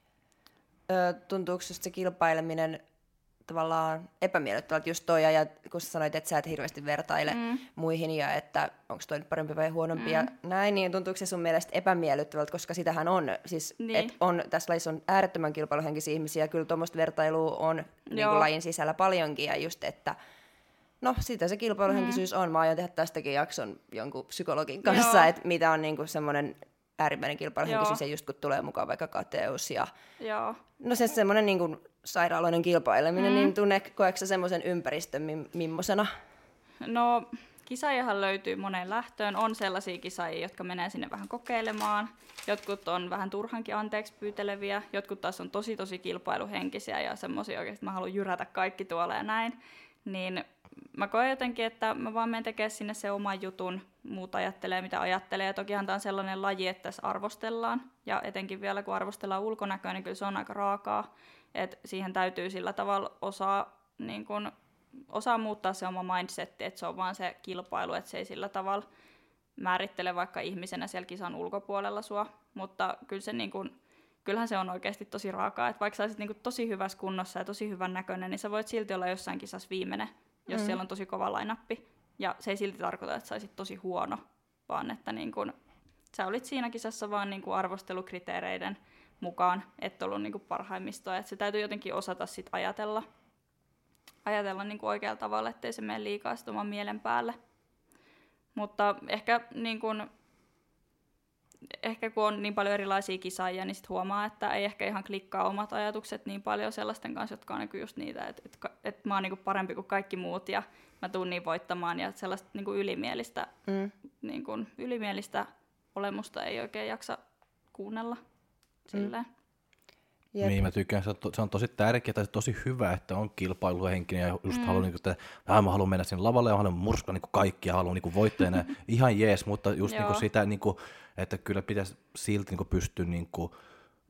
Ö, tuntuuko just se kilpaileminen tavallaan epämiellyttävältä just toi, ja kun sä sanoit, että sä et hirveästi vertaile mm. muihin ja että onko toi nyt parempi vai huonompi mm. ja näin, niin tuntuuko se sun mielestä epämiellyttävältä, koska sitähän on, siis niin. että on, tässä lajissa on äärettömän kilpailuhenkisiä ihmisiä ja kyllä tuommoista vertailua on niin kuin lajin sisällä paljonkin ja just, että no, sitä se kilpailuhenkisyys mm. on. Mä aion tehdä tästäkin jakson jonkun psykologin kanssa, että mitä on niinku semmoinen äärimmäinen kilpailuhenkisyys, ja just kun tulee mukaan vaikka kateus ja Joo. no se semmoinen niinku sairaaloinen kilpaileminen, mm. niin tunne, koetko sä semmoisen ympäristön mi- millaisena? No, kisaajahan löytyy moneen lähtöön. On sellaisia kisaajia, jotka menee sinne vähän kokeilemaan. Jotkut on vähän turhankin anteeksi pyyteleviä. Jotkut taas on tosi tosi kilpailuhenkisiä ja semmoisia oikeasti, että mä haluan jyrätä kaikki tuolla ja näin. Niin mä koen jotenkin, että mä vaan menen tekemään sinne se oman jutun, muut ajattelee mitä ajattelee. Ja tokihan tämä on sellainen laji, että tässä arvostellaan. Ja etenkin vielä kun arvostellaan ulkonäköä, niin kyllä se on aika raakaa. Että siihen täytyy sillä tavalla osaa, niin kun, osaa muuttaa se oma mindsetti, että se on vaan se kilpailu, että se ei sillä tavalla määrittele vaikka ihmisenä siellä kisan ulkopuolella sua. Mutta kyllä se niin kun, kyllähän se on oikeasti tosi raakaa, että vaikka sä olisit niin kun tosi hyvässä kunnossa ja tosi hyvän näköinen, niin sä voit silti olla jossain kisassa viimeinen, jos mm. siellä on tosi kova lainappi. Ja se ei silti tarkoita, että sä olisit tosi huono, vaan että niin kun, sä olit siinä kisassa vaan niin kun arvostelukriteereiden mukaan, et ollut niin kun parhaimmistoa. Että se täytyy jotenkin osata sit ajatella, ajatella niin kun oikealla tavalla, ettei se mene liikaa sit oman mielen päälle. Mutta ehkä, niin kun, ehkä kun on niin paljon erilaisia kisaajia, niin sit huomaa, että ei ehkä ihan klikkaa omat ajatukset niin paljon sellaisten kanssa, jotka on niin just niitä, että et, et mä oon niin parempi kuin kaikki muut ja mä tuun niin voittamaan ja sellaista niin ylimielistä, mm. niin kuin, ylimielistä olemusta ei oikein jaksa kuunnella silleen. Mm. Yep. Niin, mä tykkään, se on, to, se on tosi tärkeää ja tosi hyvä, että on kilpailuhenkinen ja just mm. haluan, niin kuin, että mä haluan mennä sinne lavalle ja haluan murskata niin kaikkia, haluan niin voittajana ihan jees, mutta just niin kuin sitä, niin kuin, että kyllä pitäisi silti niin kuin pystyä niin kuin,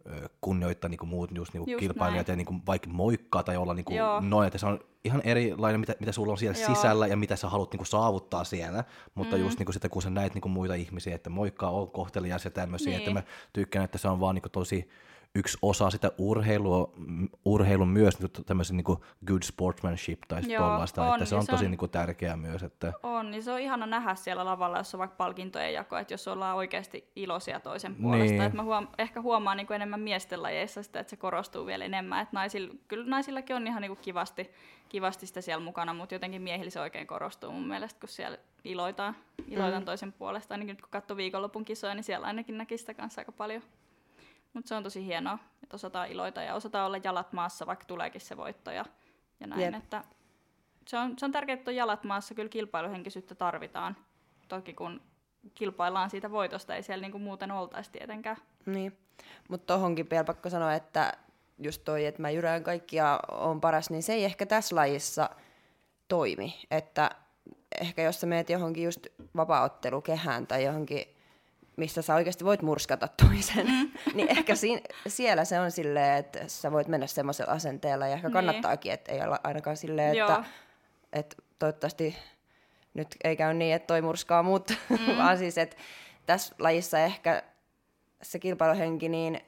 kunnioittaa niinku muut just niinku just kilpailijat näin. ja niinku vaikka moikkaa tai olla niinku noin, että se on ihan erilainen, mitä, mitä sulla on siellä Joo. sisällä ja mitä sä haluat niinku saavuttaa siellä, mutta mm. just niinku sitten kun sä näet niinku muita ihmisiä, että moikkaa, on kohtelias ja tämmöisiä, niin. että mä tykkään, että se on vaan niinku tosi yksi osa sitä urheilua, urheilun myös tämmöisen niinku good sportsmanship tai tollaista, että se on, se on tosi niinku tärkeää myös. Että on, niin se on ihana nähdä siellä lavalla, jos on vaikka palkintojen jako, että jos ollaan oikeasti iloisia toisen puolesta. Niin. Että mä huom- ehkä huomaan niinku enemmän miesten lajeissa sitä, että se korostuu vielä enemmän. Että naisilla, kyllä naisillakin on ihan niinku kivasti, kivasti sitä siellä mukana, mutta jotenkin miehillä se oikein korostuu mun mielestä, kun siellä iloitaan, iloitaan mm. toisen puolesta. Ainakin nyt kun katsoo viikonlopun kisoja, niin siellä ainakin näki sitä kanssa aika paljon. Mutta se on tosi hienoa, että osataan iloita ja osataan olla jalat maassa, vaikka tuleekin se voitto ja, ja näin. Että se, on, se on tärkeää, että on jalat maassa, kyllä kilpailuhenkisyyttä tarvitaan. Toki kun kilpaillaan siitä voitosta, ei siellä niinku muuten oltaisi tietenkään. Niin, mutta tohonkin vielä pakko sanoa, että just toi, että mä jyrään kaikkia on paras, niin se ei ehkä tässä lajissa toimi. Että ehkä jos sä meet johonkin just vapaaottelukehään tai johonkin, missä sä oikeasti voit murskata toisen, mm. niin ehkä siinä, siellä se on silleen, että sä voit mennä semmoisella asenteella ja ehkä kannattaakin, että ei olla ainakaan silleen, että, että toivottavasti nyt ei käy niin, että toi murskaa mut, mm. vaan siis, että tässä lajissa ehkä se kilpailuhenki niin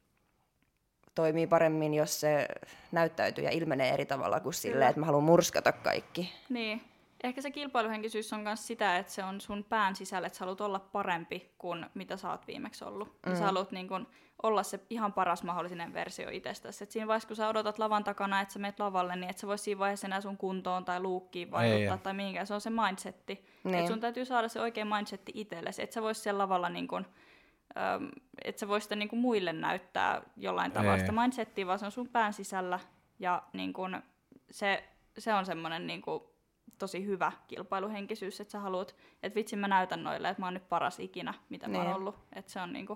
toimii paremmin, jos se näyttäytyy ja ilmenee eri tavalla kuin silleen, että mä haluan murskata kaikki. Niin. Ehkä se kilpailuhenkisyys on myös sitä, että se on sun pään sisällä, että sä haluat olla parempi kuin mitä sä oot viimeksi ollut. Mm. Ja sä haluat niin kun olla se ihan paras mahdollinen versio itsestäsi. Et siinä vaiheessa, kun sä odotat lavan takana, että sä menet lavalle, niin et sä voi siinä vaiheessa enää sun kuntoon tai luukkiin vaikuttaa tai mihinkään. Se on se mindsetti. Niin. Et sun täytyy saada se oikea mindsetti itsellesi. Et sä vois siellä lavalla, niin kun, ähm, et sä vois sitä niin kun muille näyttää jollain tavalla sitä mindsettiä, vaan se on sun pään sisällä. Ja niin kun se, se on semmoinen niin kun tosi hyvä kilpailuhenkisyys, että sä haluat, että vitsi mä näytän noille, että mä oon nyt paras ikinä, mitä niin. mä oon ollut. Että se on niinku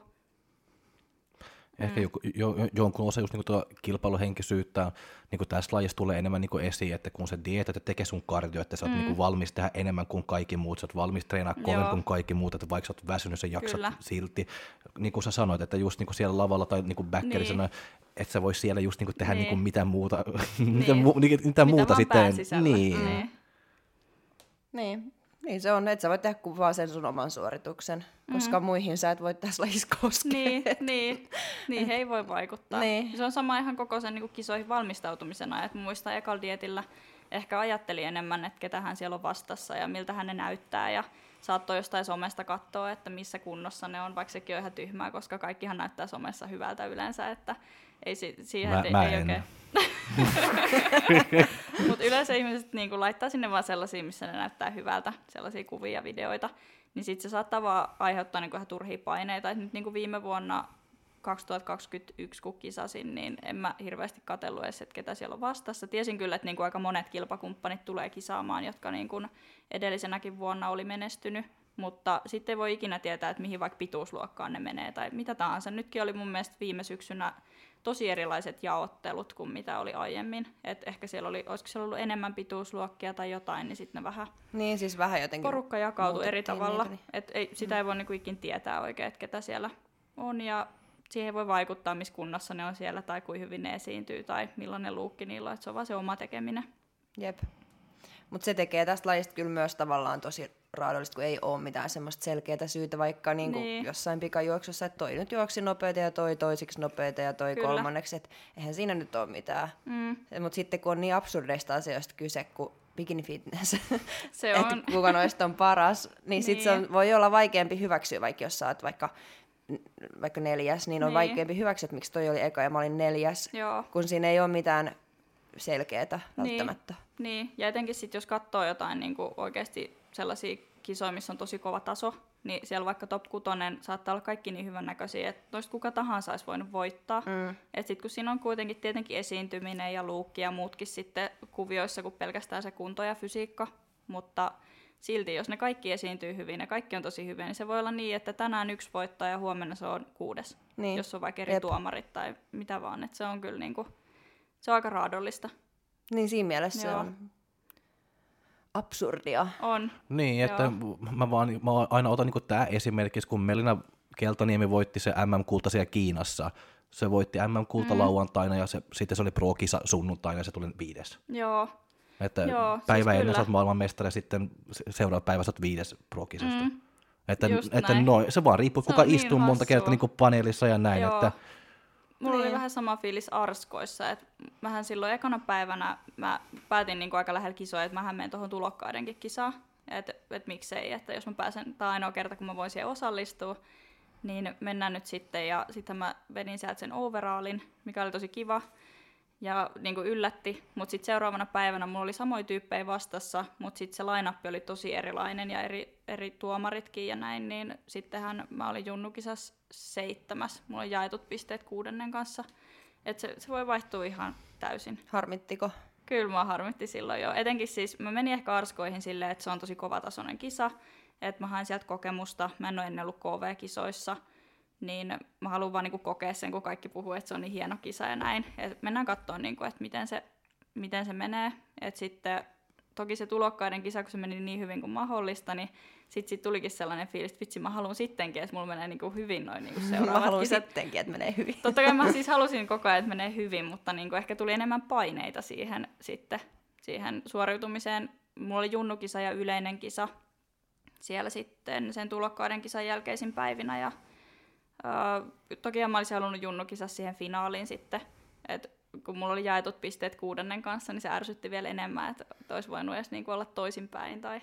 Ehkä mm. jo, jo, jonkun osa just niinku tuo kilpailuhenkisyyttä niinku tässä lajissa tulee enemmän niinku esiin, että kun sä dieetat ja tekee sun kardio, että sä oot mm. niinku valmis tehdä enemmän kuin kaikki muut, sä oot valmis treenaa kovemmin kuin kaikki muut, että vaikka sä oot väsynyt, sä jaksat Kyllä. silti. Niin kuin sä sanoit, että just niinku siellä lavalla tai niinku backerissä, niin. että sä vois siellä just niinku tehdä niin. niinku mitä muuta, niin. mitä, mu, mitä, mitä muuta sitten. Niin. Mm. Niin. Niin se on, että sä voit tehdä vaan sen sun oman suorituksen, koska mm. muihin sä et voi tässä lajissa koskea. Niin, niin, niin he ei voi vaikuttaa. Niin. Se on sama ihan koko sen niin kuin kisoihin valmistautumisena, että muistan ekalla dietillä ehkä ajatteli enemmän, että ketähän siellä on vastassa ja miltä hän ne näyttää ja saattoi jostain somesta katsoa, että missä kunnossa ne on, vaikka sekin on ihan tyhmää, koska kaikkihan näyttää somessa hyvältä yleensä, että ei si- siihen mä, ei, mä ei oikein. Mutta yleensä ihmiset niin laittaa sinne vaan sellaisia, missä ne näyttää hyvältä, sellaisia kuvia ja videoita, niin sitten se saattaa vaan aiheuttaa niin ihan turhia paineita. Et nyt niin viime vuonna kaksituhattakaksikymmentäyksi, kun kisasin, niin en mä hirveästi katsellut edes, että ketä siellä on vastassa. Tiesin kyllä, että niin aika monet kilpakumppanit tulee kisaamaan, jotka niin edellisenäkin vuonna oli menestynyt, mutta sitten ei voi ikinä tietää, että mihin vaikka pituusluokkaan ne menee tai mitä tahansa. Nytkin oli mun mielestä viime syksynä tosi erilaiset jaottelut kuin mitä oli aiemmin. Et ehkä siellä oli, olisiko siellä ollut enemmän pituusluokkia tai jotain, niin sitten ne vähän, niin, siis vähän jotenkin porukka jakautui eri tavalla. Et ei, sitä ei voi niinku ikin tietää oikein, että ketä siellä on ja siihen voi vaikuttaa, missä kunnossa ne on siellä tai kuinka hyvin ne esiintyy tai millainen luukki niillä on. Et se on vaan se oma tekeminen. Jep. Mutta se tekee tästä lajista kyllä myös tavallaan tosi raadollista, kun ei ole mitään semmoista selkeää syytä, vaikka niinku niin. jossain pikajuoksussa, että toi nyt juoksi nopeita ja toi toisiksi nopeita ja toi kyllä. kolmanneksi, että eihän siinä nyt ole mitään. Mm. Mutta sitten kun on niin absurdeista asioista kyse kuin bikini fitness, se on. että kuka noista on paras, niin, niin. sitten se on, voi olla vaikeampi hyväksyä, vaikka jos sä oot vaikka, vaikka neljäs, niin on niin. vaikeampi hyväksyä, että miksi toi oli eka ja mä olin neljäs, Joo. kun siinä ei ole mitään selkeätä välttämättä. Niin. Niin, ja etenkin sitten jos katsoo jotain niin kuin oikeasti sellaisia kisoja, missä on tosi kova taso, niin siellä vaikka top kutonen saattaa olla kaikki niin hyvännäköisiä, että noista kuka tahansa olisi voinut voittaa. Mm. Että sitten kun siinä on kuitenkin tietenkin esiintyminen ja luukki ja muutkin sitten kuvioissa kuin pelkästään se kunto ja fysiikka, mutta silti jos ne kaikki esiintyy hyvin ja kaikki on tosi hyviä, niin se voi olla niin, että tänään yksi voittaa ja huomenna se on kuudes, niin. jos on vaikka eri Jep. tuomarit tai mitä vaan, että se on kyllä niinku, se on aika raadollista. Niin siinä mielessä se on absurdia. On. Niin, että Joo. mä, vaan, mä aina otan niin tämä esimerkki, kun Melina Keltaniemi voitti se M M-kulta siellä Kiinassa. Se voitti M M-kulta mm. lauantaina ja se, sitten se oli pro-kisa sunnuntaina ja se tuli viides. Joo. Että Joo, päivä siis ennen sä oot maailmanmestari ja sitten seuraava päivä sä oot viides pro-kisasta. Mm. Että, että näin. noin, se vaan riippuu, se kuka istuu niin monta kertaa niin paneelissa ja näin. Joo. Että... Mulla niin. oli vähän sama fiilis Arskoissa, että mähän silloin ekana päivänä mä päätin niin kuin aika lähellä kisoja, että mähän menen tuohon tulokkaidenkin kisaan. Että et miksei, että jos mä pääsen, tää on ainoa kerta kun mä voin siihen osallistua, niin mennään nyt sitten. Ja sitten mä vedin sieltä sen overallin, mikä oli tosi kiva. Ja niin kuin yllätti, mutta sitten seuraavana päivänä mulla oli samoja tyyppejä vastassa, mutta sitten se line-up oli tosi erilainen ja eri, eri tuomaritkin ja näin, niin sittenhän mä olin junnukisassa seitsemäs, mulla on jaetut pisteet kuudennen kanssa, että se, se voi vaihtua ihan täysin. Harmittiko? Kyllä mä harmitti silloin jo, etenkin siis mä menin ehkä Arskoihin silleen, että se on tosi kovatasoinen kisa, että mä hain sieltä kokemusta, mä en ole ennen ollut K V-kisoissa, niin mä haluan vaan niinku kokea sen, kun kaikki puhuu, että se on niin hieno kisa ja näin. Et mennään katsomaan, niinku, että miten se, miten se menee. Et sitten, toki se tulokkaiden kisa, kun se meni niin hyvin kuin mahdollista, niin sitten sit tulikin sellainen fiilis, että vitsi, mä haluan sittenkin, että mulla menee niinku hyvin noin niinku seuraavat Mä haluan kisat. sittenkin, että menee hyvin. Totta kai mä siis halusin koko ajan, että menee hyvin, mutta niinku ehkä tuli enemmän paineita siihen, sitten, siihen suoriutumiseen. Mulla oli junnukisa ja yleinen kisa siellä sitten sen tulokkaiden kisan jälkeisin päivinä. Ja Uh, toki mä olisin halunnut junnukisassa siihen finaaliin sitten, että kun mulla oli jaetut pisteet kuudennen kanssa, niin se ärsytti vielä enemmän, että olisi voinut edes niinku olla toisinpäin tai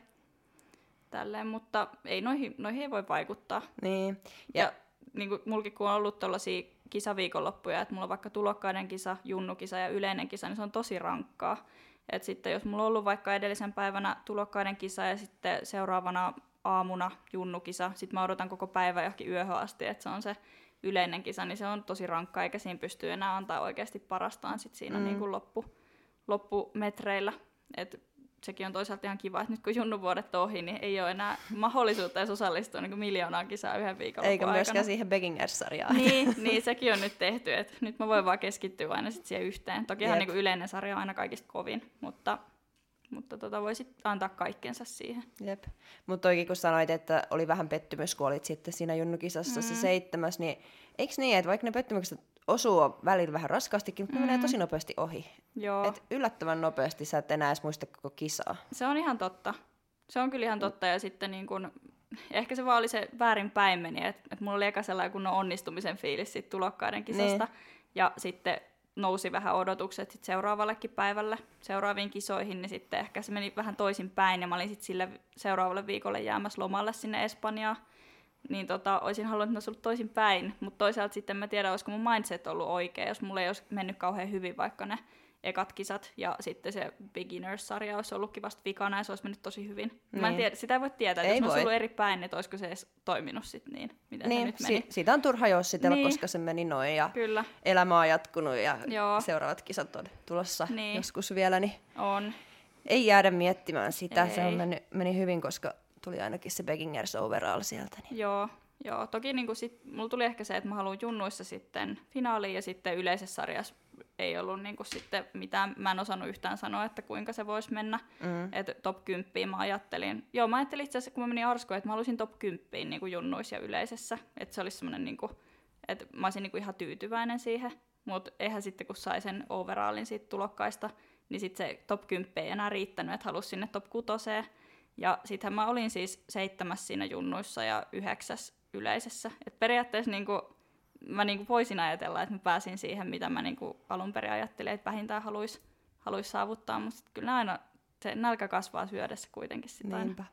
tälleen, mutta ei noihin, noihin ei voi vaikuttaa. Niin. Ja, ja niin kuin mullakin kun on ollut tuollaisia kisaviikonloppuja, että mulla on vaikka tulokkaiden kisa, junnukisa ja yleinen kisa, niin se on tosi rankkaa. Et sitten jos mulla on ollut vaikka edellisen päivänä tulokkaiden kisa ja sitten seuraavana aamuna junnukisa, sitten mä odotan koko päivä johonkin yöhön asti, että se on se yleinen kisa, niin se on tosi rankka, eikä siinä pysty enää antaa oikeasti parastaan sit siinä mm. niin kuin loppu, loppumetreillä. Et sekin on toisaalta ihan kiva, että nyt kun junnuvuodet on ohi, niin ei ole enää mahdollisuutta edes osallistua niin kuin miljoonaan kisaan yhden viikonlopun Eikä aikana. myöskään siihen beginner-sarjaan. Niin, niin, sekin on nyt tehty, että nyt mä voin vaan keskittyä aina sit siihen yhteen. Tokihan niin kuin yleinen sarja on aina kaikista kovin, mutta... Mutta tota voisit antaa kaikkensa siihen. Jep. Mutta toikin kun sanoit, että oli vähän pettymys, kun olit sitten siinä junnukisassa mm. se seitsemäs, niin eikö niin, että vaikka ne pettymykset osuu välillä vähän raskaastikin, mutta mm. ne menee tosi nopeasti ohi. Joo. Et yllättävän nopeasti sä et enää edes muista koko kisaa. Se on ihan totta. Se on kyllä ihan totta. Ja sitten niin kun, ehkä se vaan oli se väärinpäin meni, että et mulla oli eka sellainen kunnon onnistumisen fiilis siitä tulokkaiden kisasta. Niin. Ja sitten nousi vähän odotukset sit seuraavallekin päivälle, seuraaviin kisoihin, niin sitten ehkä se meni vähän toisin päin, ja mä olin sitten sille seuraavalle viikolle jäämässä lomalle sinne Espanjaan, niin tota, olisin halunnut, että ne olisi ollut toisin päin, mutta toisaalta sitten mä tiedän, olisiko mun mindset ollut oikea, jos mulla ei olisi mennyt kauhean hyvin vaikka ne ekat kisat, ja sitten se Beginners-sarja olisi ollutkin vasta vikana, ja se olisi mennyt tosi hyvin. Niin. Mä en tiedä, sitä ei voi tietää, että jos olisi ollut eri päin, että olisiko se edes toiminut sitten niin, miten niin, se nyt meni. Si- siitä on turha jossitella, niin. koska se meni noin, ja Kyllä. elämä on jatkunut, ja Joo. seuraavat kisat on tulossa niin. joskus vielä, niin on. ei jäädä miettimään sitä. Ei. Se on meni, meni hyvin, koska tuli ainakin se Beginners overall sieltä. Niin. Joo. Joo, toki niin sit, mulla tuli ehkä se, että mä haluan junnuissa sitten finaaliin ja sitten yleisessä sarjassa ei ollut niin sitten mitään, mä en osannut yhtään sanoa, että kuinka se voisi mennä. Mm. Että top kymmenen mä ajattelin. Joo, mä ajattelin itse asiassa, kun mä menin Arskoon, että mä halusin top kymmenen niin junnuissa ja yleisessä. Että se olisi semmoinen, niin että mä olisin niin ihan tyytyväinen siihen. Mutta eihän sitten, kun sai sen overallin siitä tulokkaista, niin sitten se top kymmenen ei enää riittänyt, että halusi sinne top kutoseen. Ja sittenhän mä olin siis seitsemäs siinä junnuissa ja yhdeksäs yleisessä. Et periaatteessa niinku, mä niinku voisin ajatella, että mä pääsin siihen, mitä mä niinku alun perin ajattelin, että vähintään haluaisi haluais saavuttaa, mutta kyllä aina se nälkä kasvaa syödessä kuitenkin sitä Niinpä.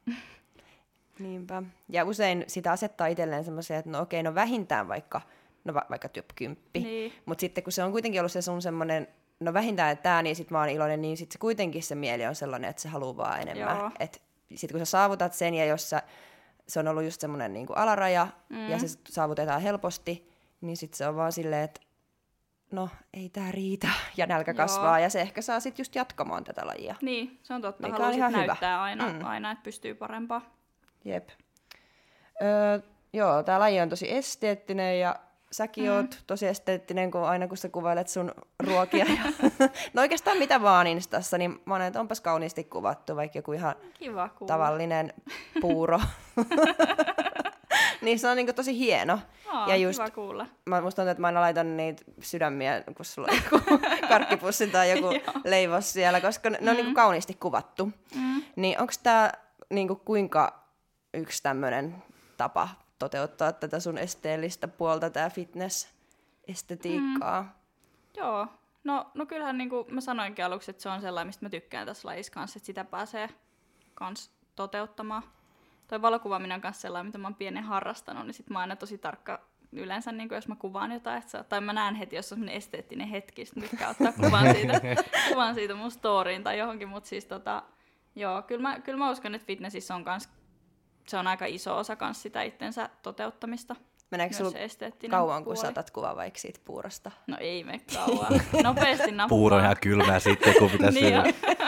Niinpä. Ja usein sitä asettaa itselleen semmoisia, että no okei, no vähintään vaikka, no va- vaikka top kymmenen. Niin. Mutta sitten kun se on kuitenkin ollut se sun semmoinen, no vähintään tää, niin sit mä oon iloinen, niin sit se kuitenkin se mieli on sellainen, että se haluaa vaan enemmän. Et sit kun sä saavutat sen ja jos sä se on ollut just semmoinen niin kuin alaraja, mm. ja se saavutetaan helposti, niin sitten se on vaan silleen, että no, ei tää riitä, ja nälkä Joo. kasvaa, ja se ehkä saa sitten just jatkamaan tätä lajia. Niin, se on totta. Haluaa sitten näyttää hyvä. aina, mm. aina, että pystyy parempaa. Jep. Öö, joo, tää laji on tosi esteettinen, ja säkin mm. oot tosi esteettinen, kun aina kun sä kuvailet sun ruokia. No oikeastaan mitä vaan Instassa, niin mä oon, että onpas kauniisti kuvattu, vaikka joku ihan Kiva tavallinen puuro. niin se on niinku tosi hieno. Aa, ja just, kiva kuulla. Mä musta tuntuu, että mä aina laitan niitä sydämiä, kun sulla on joku karkkipussi tai joku leivos siellä, koska ne, mm. ne on niinku kauniisti kuvattu. Mm. Niin onko tää niinku kuinka yksi tämmönen tapa toteuttaa tätä sun esteellistä puolta, tää fitness-estetiikkaa? Mm. Joo. No, no kyllähän niin kuin mä sanoinkin aluksi, että se on sellainen, mistä mä tykkään tässä lajissa kanssa, että sitä pääsee kans toteuttamaan. Toi valokuvaaminen on myös sellainen, mitä mä oon pienen harrastanut, niin sit mä oon aina tosi tarkka yleensä, niin jos mä kuvaan jotain, että se, tai mä näen heti, jos on semmoinen esteettinen hetki, sit mä tykkään ottaa kuvan siitä, kuvan siitä mun storyin tai johonkin, mutta siis tota, joo, kyllä mä, kyllä mä uskon, että fitnessissä on kans, se on aika iso osa kans sitä itsensä toteuttamista. Meneekö sulla kauan, kun saatat kuvaa vaikka siitä puurosta? No ei mene kauan. Nopeasti nappaa. Puuro on ihan kylmää sitten, kun pitäisi niin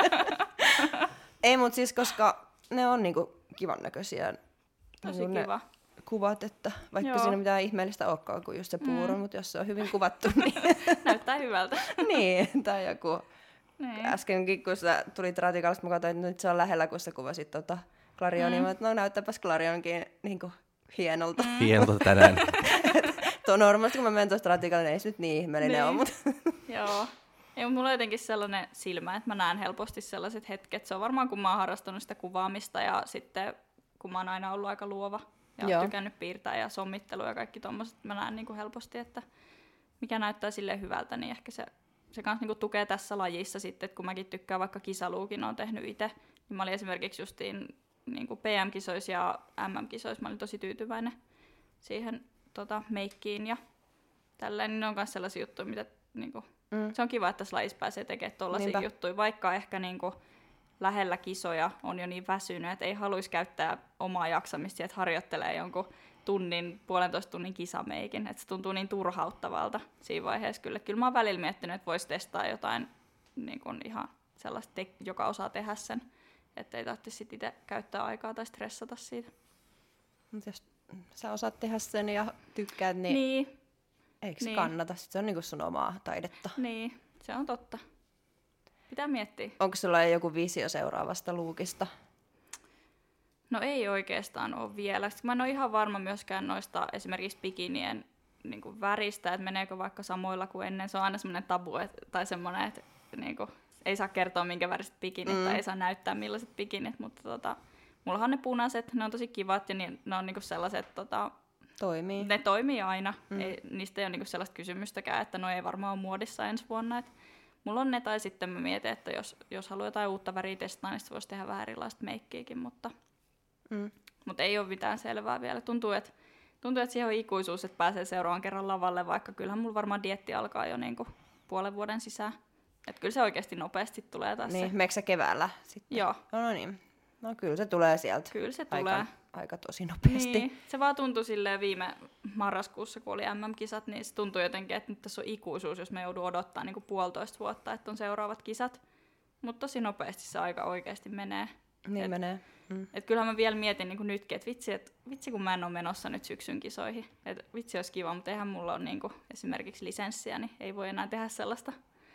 ei, mutta siis koska ne on niinku kivan näköisiä. Tosi niin kiva. Kuvat, että vaikka Joo. siinä mitään ihmeellistä olekaan kuin just se puuro, mm. mutta jos se on hyvin kuvattu, niin... näyttää hyvältä. niin, tai joku... Niin. Äskenkin, kun sä tulit Ratikallista, mä katsoin, että nyt se on lähellä, kun sä kuvasit tota Clarionia. Mm. Mä, no näyttääpäs Clarionkin niinku hienolta. Mm. Hienolta tänään. Tuo normaalisti, kun mä menen tuosta Ratikalle, niin ei se nyt niin ihmeellinen niin. ole, mutta... Joo. Ei, mutta mulla on jotenkin sellainen silmä, että mä näen helposti sellaiset hetket. Se on varmaan, kun mä oon harrastanut sitä kuvaamista ja sitten kun mä oon aina ollut aika luova ja Joo. tykännyt piirtää ja sommittelua ja kaikki tommoset. Mä näen niinku helposti, että mikä näyttää silleen hyvältä, niin ehkä se, se kans niinku tukee tässä lajissa sitten, että kun mäkin tykkään vaikka kisaluukin, oon tehnyt itse, niin mä olin esimerkiksi justiin niinku P M-kisoissa ja M M-kisoissa, mä olin tosi tyytyväinen siihen tota, meikkiin ja tälleen, niin ne on myös sellaisia juttuja, mitä niinku, mm. se on kiva, että tässä lajissa pääsee tekemään tollaisia Niinpä. juttuja, vaikka ehkä niinku lähellä kisoja on jo niin väsynyt, että ei haluaisi käyttää omaa jaksamista, että harjoittelee jonkun tunnin, puolentoista tunnin kisameikin, että se tuntuu niin turhauttavalta siinä vaiheessa kyllä. Kyllä mä oon välillä miettinyt, että voisi testaa jotain niin kuin ihan sellaista, te- joka osaa tehdä sen, ettei tarvitse sit itse käyttää aikaa tai stressata siitä. Mutta jos sä osaat tehdä sen ja tykkäät, niin, niin. eikö se niin. kannata? Sitten se on niinku sun omaa taidetta. Niin, se on totta. Pitää miettiä. Onko sulla joku visio seuraavasta luukista? No ei oikeastaan ole vielä. Sitten mä en ole ihan varma myöskään noista esimerkiksi bikinien niin kuin väristä, että meneekö vaikka samoilla kuin ennen. Se on aina semmoinen tabu et, tai semmoinen, että niin kuin, ei saa kertoa minkä väriset bikinit mm. tai ei saa näyttää millaiset bikinit, mutta tota, mullahan on ne punaiset, ne on tosi kivat ja niin, ne on niin kuin sellaiset... Tota, toimii. Ne toimii aina. Mm. Ei, niistä ei ole niin kuin sellaista kysymystäkään, että no ei varmaan ole muodissa ensi vuonna. Et mulla on ne tai sitten mä mietin, että jos, jos haluaa jotain uutta väriä testaa, niin voisi tehdä vähän erilaista meikkiäkin, mutta... Mm. Mutta ei ole mitään selvää vielä. Tuntuu, että tuntuu, että siihen on ikuisuus, että pääsee seuraavan kerran lavalle, vaikka kyllähän mulla varmaan dieetti alkaa jo niinku puolen vuoden sisään. Että kyllä se oikeasti nopeasti tulee taas. Niin, se. meneekö sä keväällä sitten? Joo. No, no niin. No kyllä se tulee sieltä. Kyllä se aika, tulee. Aika tosi nopeasti. Niin. Se vaan tuntui silleen viime marraskuussa, kun oli M M-kisat, niin se tuntui jotenkin, että nyt tässä on ikuisuus, jos me joudun odottaa niinku puolitoista vuotta, että on seuraavat kisat. Mutta tosi nopeasti se aika oikeasti menee. Niin et, menee. Mm. Et kyllähän mä vielä mietin niin nytkin, että vitsi, et, vitsi kun mä en ole menossa nyt syksyn kisoihin. Et vitsi olisi kiva, mutta eihän mulla ole niin esimerkiksi lisenssiä, niin ei voi enää tehdä sellaista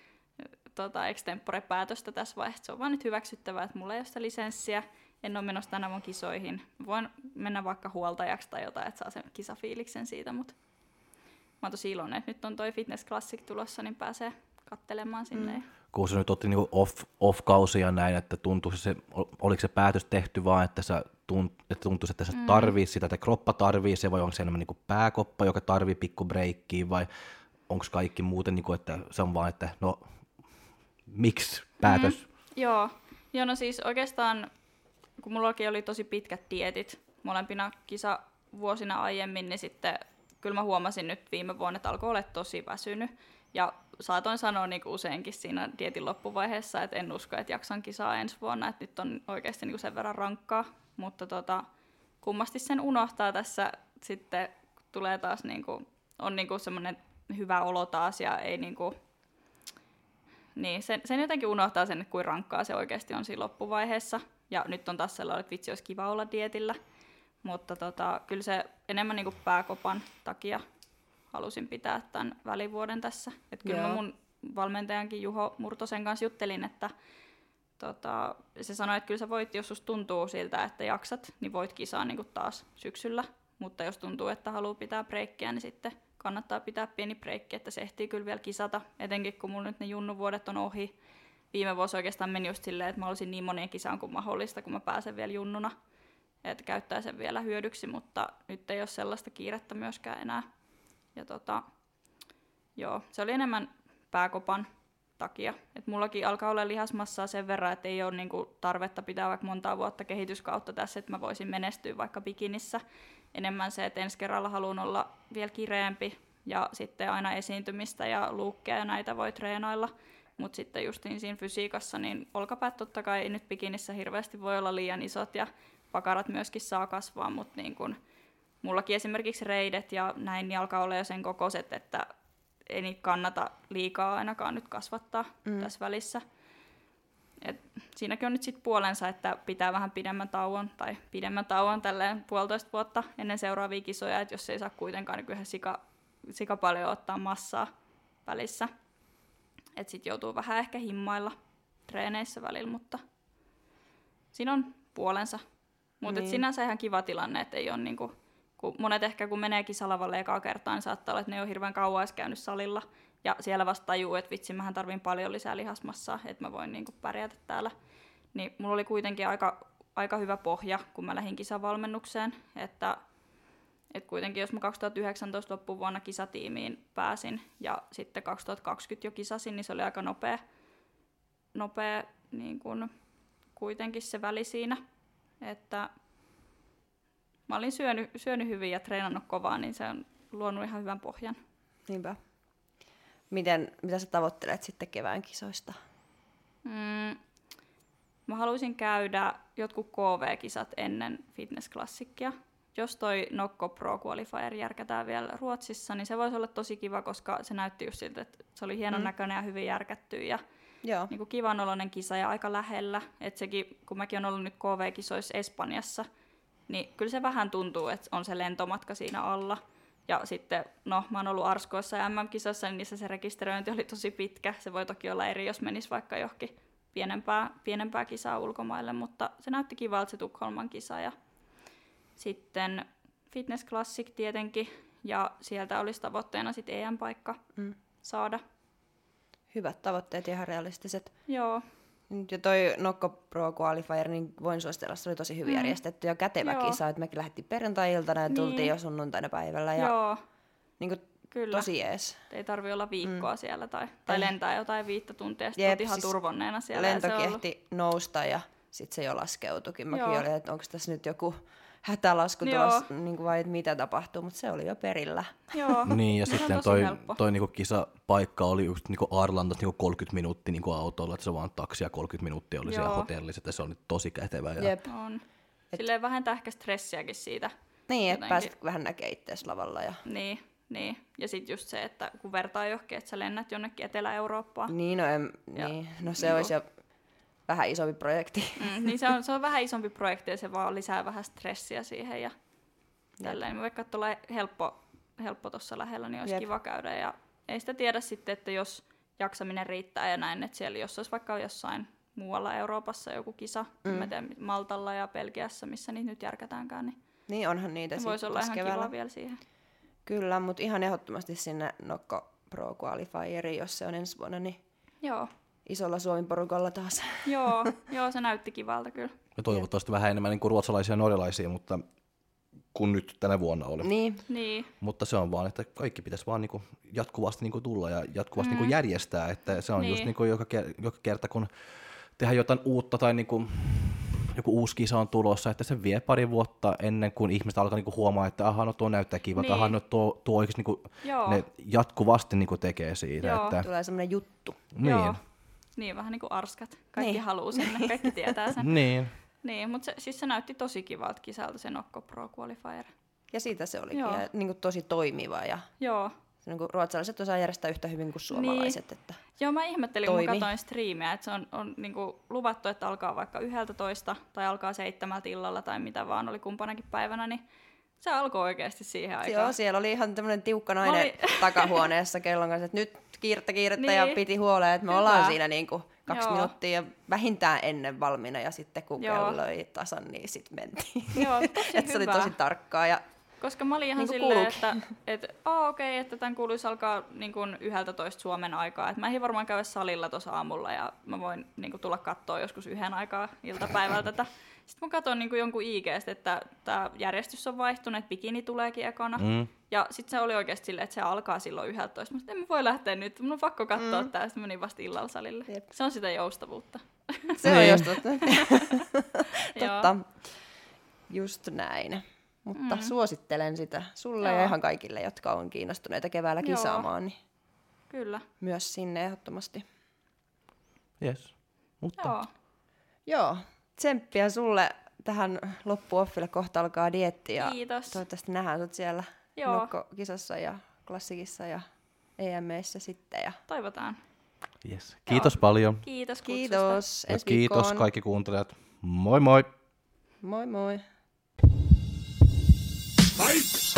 tota, extempore-päätöstä tässä vaiheessa. Se on vaan nyt hyväksyttävää, että mulla ei ole sitä lisenssiä, en ole menossa tänä vuonna kisoihin. Voin mennä vaikka huoltajaksi tai jotain, että saa sen kisafiiliksen siitä, mutta mä oon tosi iloinen, että nyt on toi Fitness Classic tulossa, niin pääsee katselemaan sinne. Mm. Kun se nyt otti niinku off, off-kausia näin, että tuntuisi se, oliko se päätös tehty vaan, että, sä tunt, että tuntuisi, että sä mm. tarvii sitä, että kroppa tarvii se, vai onko se enemmän niinku pääkoppa, joka tarvii pikku breikkiä, vai onko kaikki muuten, niinku, että se on vaan, että no, miksi päätös? Mm. Joo. Joo, no siis oikeastaan, kun mullakin oli tosi pitkät dieetit molempina kisavuosina aiemmin, niin sitten kyllä mä huomasin nyt viime vuonna, että alkoi olla tosi väsynyt. Ja saatoin sanoa niin kuin useinkin siinä dieetin loppuvaiheessa, että en usko, että jaksan kisaa ensi vuonna, että nyt on oikeasti niin kuin sen verran rankkaa. Mutta tota, kummasti sen unohtaa tässä sitten, tulee taas niin kuin, on niin kuin semmoinen hyvä olo taas ja ei niin kuin, niin sen, sen jotenkin unohtaa sen, että kuin rankkaa se oikeasti on siinä loppuvaiheessa. Ja nyt on taas sellainen, että vitsi olisi kiva olla dietillä, mutta tota, kyllä se enemmän niin kuin pääkopan takia halusin pitää tämän välivuoden tässä. Et kyllä mä mun valmentajankin Juho Murtosen kanssa juttelin, että tota, se sanoi, että kyllä sä voit, jos susta tuntuu siltä, että jaksat, niin voit kisaa niin kuin taas syksyllä. mutta jos tuntuu, että haluaa pitää breikkiä, niin sitten kannattaa pitää pieni breikki, että se ehtii kyllä vielä kisata, etenkin kun mulla nyt ne junnuvuodet on ohi. Viime vuosi oikeastaan meni just silleen, että mä olisin niin moneen kisaan kuin mahdollista, kun mä pääsen vielä junnuna, että käyttää sen vielä hyödyksi, mutta nyt ei ole sellaista kiirettä myöskään enää. Ja tota, joo, se oli enemmän pääkopan takia. Et mullakin alkaa olla lihasmassaa sen verran, että ei ole niinku tarvetta pitää vaikka montaa vuotta kehityskautta tässä, että mä voisin menestyä vaikka bikinissä. Enemmän se, että ensi kerralla haluan olla vielä kireempi ja sitten aina esiintymistä ja luukkeja ja näitä voi treenailla. Mutta sitten just niin siinä fysiikassa, niin olkapäät totta kai ei nyt bikinissä hirveästi voi olla liian isot ja pakarat myöskin saa kasvaa, mutta niin kun mullakin esimerkiksi reidet ja näin niin alkaa olla jo sen kokoiset, että ei niitä kannata liikaa ainakaan nyt kasvattaa mm. tässä välissä. Et siinäkin on nyt sitten puolensa, että pitää vähän pidemmän tauon, tai pidemmän tauon tälleen puolitoista vuotta ennen seuraavia kisoja, että jos ei saa kuitenkaan niin kyllä sika, sika paljon ottaa massaa välissä. Että sitten joutuu vähän ehkä himmailla treeneissä välillä, mutta siinä on puolensa. Mutta niin. Sinänsä ihan kiva tilanne, että ei ole niinku, kun monet ehkä kun menee kisalavalle ekaa kertaa, niin saattaa olla, että ne ei ole hirveän kauan edes käynyt salilla. Ja siellä vasta tajuu, että vitsi, mähän tarvin paljon lisää lihasmassaa, että mä voin niinku pärjätä täällä. Niin mulla oli kuitenkin aika, aika hyvä pohja, kun mä lähdin kisavalmennukseen. Että et kuitenkin jos mä kaksituhattayhdeksäntoista loppuvuonna kisatiimiin pääsin ja sitten kaksituhattakaksikymmentä jo kisasin, niin se oli aika nopea, nopea niin kun, kuitenkin se väli siinä. Että mä olin syönyt, syönyt hyvin ja treenannut kovaa, niin se on luonut ihan hyvän pohjan. Niinpä. Miten, mitä sä tavoittelet sitten kevään kisoista? Mm, mä haluaisin käydä jotkut K V-kisat ennen fitnessklassikkia. Jos toi Nokko Pro Qualifier järkätään vielä Ruotsissa, niin se voisi olla tosi kiva, koska se näytti just siltä, että se oli hienon mm. näköinen ja hyvin järkätty ja niin kuin kivan oloinen kisa ja aika lähellä. Et sekin, kun mäkin olen ollut nyt K V-kisoissa Espanjassa, niin kyllä se vähän tuntuu, että on se lentomatka siinä alla. Ja sitten, no mä oon ollut Arskoissa ja M M-kisoissa, niin niissä se rekisteröinti oli tosi pitkä. Se voi toki olla eri, jos menisi vaikka johonkin pienempää, pienempää kisaa ulkomaille, mutta se näytti kivalta se Tukholman kisa. Ja sitten Fitness Classic tietenkin, ja sieltä olisi tavoitteena sitten E M-paikka mm. saada. Hyvät tavoitteet ja ihan realistiset. Joo. Ja toi Nokko Pro Qualifier, niin voin suositella, se oli tosi hyvin mm. järjestetty ja kätevä Joo. kisa, että mekin lähdettiin perjantai-iltana ja niin. tultiin jo sunnuntaina päivällä. Ja Joo. Niin kuin Kyllä. tosi jees. Ei tarvi olla viikkoa mm. siellä tai, tai lentää jotain viittä tuntia, sitten Jep, ihan siis turvonneena siellä. Lento ehti nousta ja sitten se jo laskeutuikin. Mäkin olin, että onko tässä nyt joku hätälasku tulossa, niin kuin vai että mitä tapahtuu, mutta se oli jo perillä. Joo. Niin, ja sitten toi, toi niinku kisapaikka oli just niinku Arlandossa niinku kolmekymmentä minuuttia niinku autolla, että se vaan taksia kolmekymmentä minuuttia oli Joo. siellä hotellissa, että se oli tosi kätevä. Ja Jep. On. Silleen vähentää ehkä stressiäkin siitä. Niin, että pääset vähän näkemään itseäsi lavalla. Ja niin, niin. Ja sitten just se, että kun vertaa johonkin, että sä lennät jonnekin Etelä-Eurooppaan. Niin, no, en, niin. no se niin olisi jo vähän isompi projekti. Mm, niin se on, se on vähän isompi projekti ja se vaan lisää vähän stressiä siihen ja tälleen. Vaikka tuolla helppo, helppo tuossa lähellä, niin olisi Jep. kiva käydä. Ja ei sitä tiedä sitten, että jos jaksaminen riittää ja näin, että siellä jos olisi vaikka jossain muualla Euroopassa joku kisa, mm. mä tiedän, Maltalla ja Belgiassa, missä niitä nyt järkätäänkään, niin, niin onhan niitä se voisi olla ihan keväällä. Kiva vielä siihen. Kyllä, mutta ihan ehdottomasti sinne Nokko Pro Qualifieriin, jos se on ensi vuonna, niin Joo. isolla Suomen porukalla taas. Joo, joo, se näytti kivalta kyllä. Ja toivottavasti vähän enemmän niin kuin ruotsalaisia ja norjalaisia, mutta kun nyt tänä vuonna oli. Niin. niin. Mutta se on vaan, että kaikki pitäisi vaan niin kuin jatkuvasti niin kuin tulla ja jatkuvasti mm. niin kuin järjestää. Että se on niin. just niin kuin joka, joka kerta, kun tehdään jotain uutta tai niin kuin joku uusi kisa on tulossa, että se vie pari vuotta ennen kuin ihmiset alkaa niinku huomaa, että aha, no tuo näyttää kiva, niin. aha, no tuo, tuo oikeasti niinku, ne jatkuvasti niinku tekee siitä. Joo. Että tulee semmoinen juttu. Niin. Joo. Niin, vähän niin kuin arskat. Kaikki niin. haluaa sinne, kaikki tietää sen. niin. Niin, mutta se, siis se näytti tosi kivalta kisalta se Nokko Pro Qualifier. Ja siitä se olikin, ja, niin kuin tosi toimiva. Ja Joo. Niin kuin ruotsalaiset osaa järjestää yhtä hyvin kuin suomalaiset. Niin. Että Joo, mä ihmettelin, toimi. kun mä katsoin striimiä, että se on, on niin kuin luvattu, että alkaa vaikka yhdeltä toista tai alkaa seitsemältä illalla tai mitä vaan oli kumpanakin päivänä, niin se alkoi oikeasti siihen aikaan. Joo, siellä oli ihan tämmöinen tiukka nainen oli takahuoneessa kellon kanssa, että nyt kiirettä kiirettä niin. ja piti huoleen, että me Hyvä. ollaan siinä niin kuin kaksi Joo. minuuttia ja vähintään ennen valmiina ja sitten kun Joo. kello oli tasan, niin sitten mentiin. Joo, tosi että se oli tosi tarkkaa. Ja Koska mä olin ihan niin silleen, että et, oh, okei, okay, että tämän kuuluisi alkaa niin kuin yhdeltätoista Suomen aikaa. Et mä en varmaan käydä salilla tuossa aamulla ja mä voin niin kuin, tulla katsoa joskus yhden aikaa iltapäivällä tätä. Sitten mä katson niin kuin jonkun I G:stä, että tämä järjestys on vaihtunut, että bikini tuleekin ekana. Mm. Ja sitten se oli oikeasti silleen, että se alkaa silloin yhdeltätoista. Mä sanoin, en mä voi lähteä nyt, mun on pakko katsoa mm. tää. Sitten mä menin vasta illalla salille. Jep. Se on sitä joustavuutta. Se on joustavuutta. Totta. Just näin. Mutta mm. suosittelen sitä sulle Joo. ja ihan kaikille, jotka on kiinnostuneita keväällä Joo. kisaamaan. Niin Kyllä. Myös sinne ehdottomasti. Yes. Mutta. Joo. Joo. Tsemppiä sulle tähän loppuoffille. Kohta alkaa dieetti. Ja Kiitos. Toivottavasti nähdään sut siellä nokkokisassa ja klassikissa ja E M E:ssä sitten. Ja toivotaan. Yes. Kiitos Joo. paljon. Kiitos kutsusta. Kiitos. Ja kiitos kaikki kuuntelijat. Moi moi. Moi moi. Fight!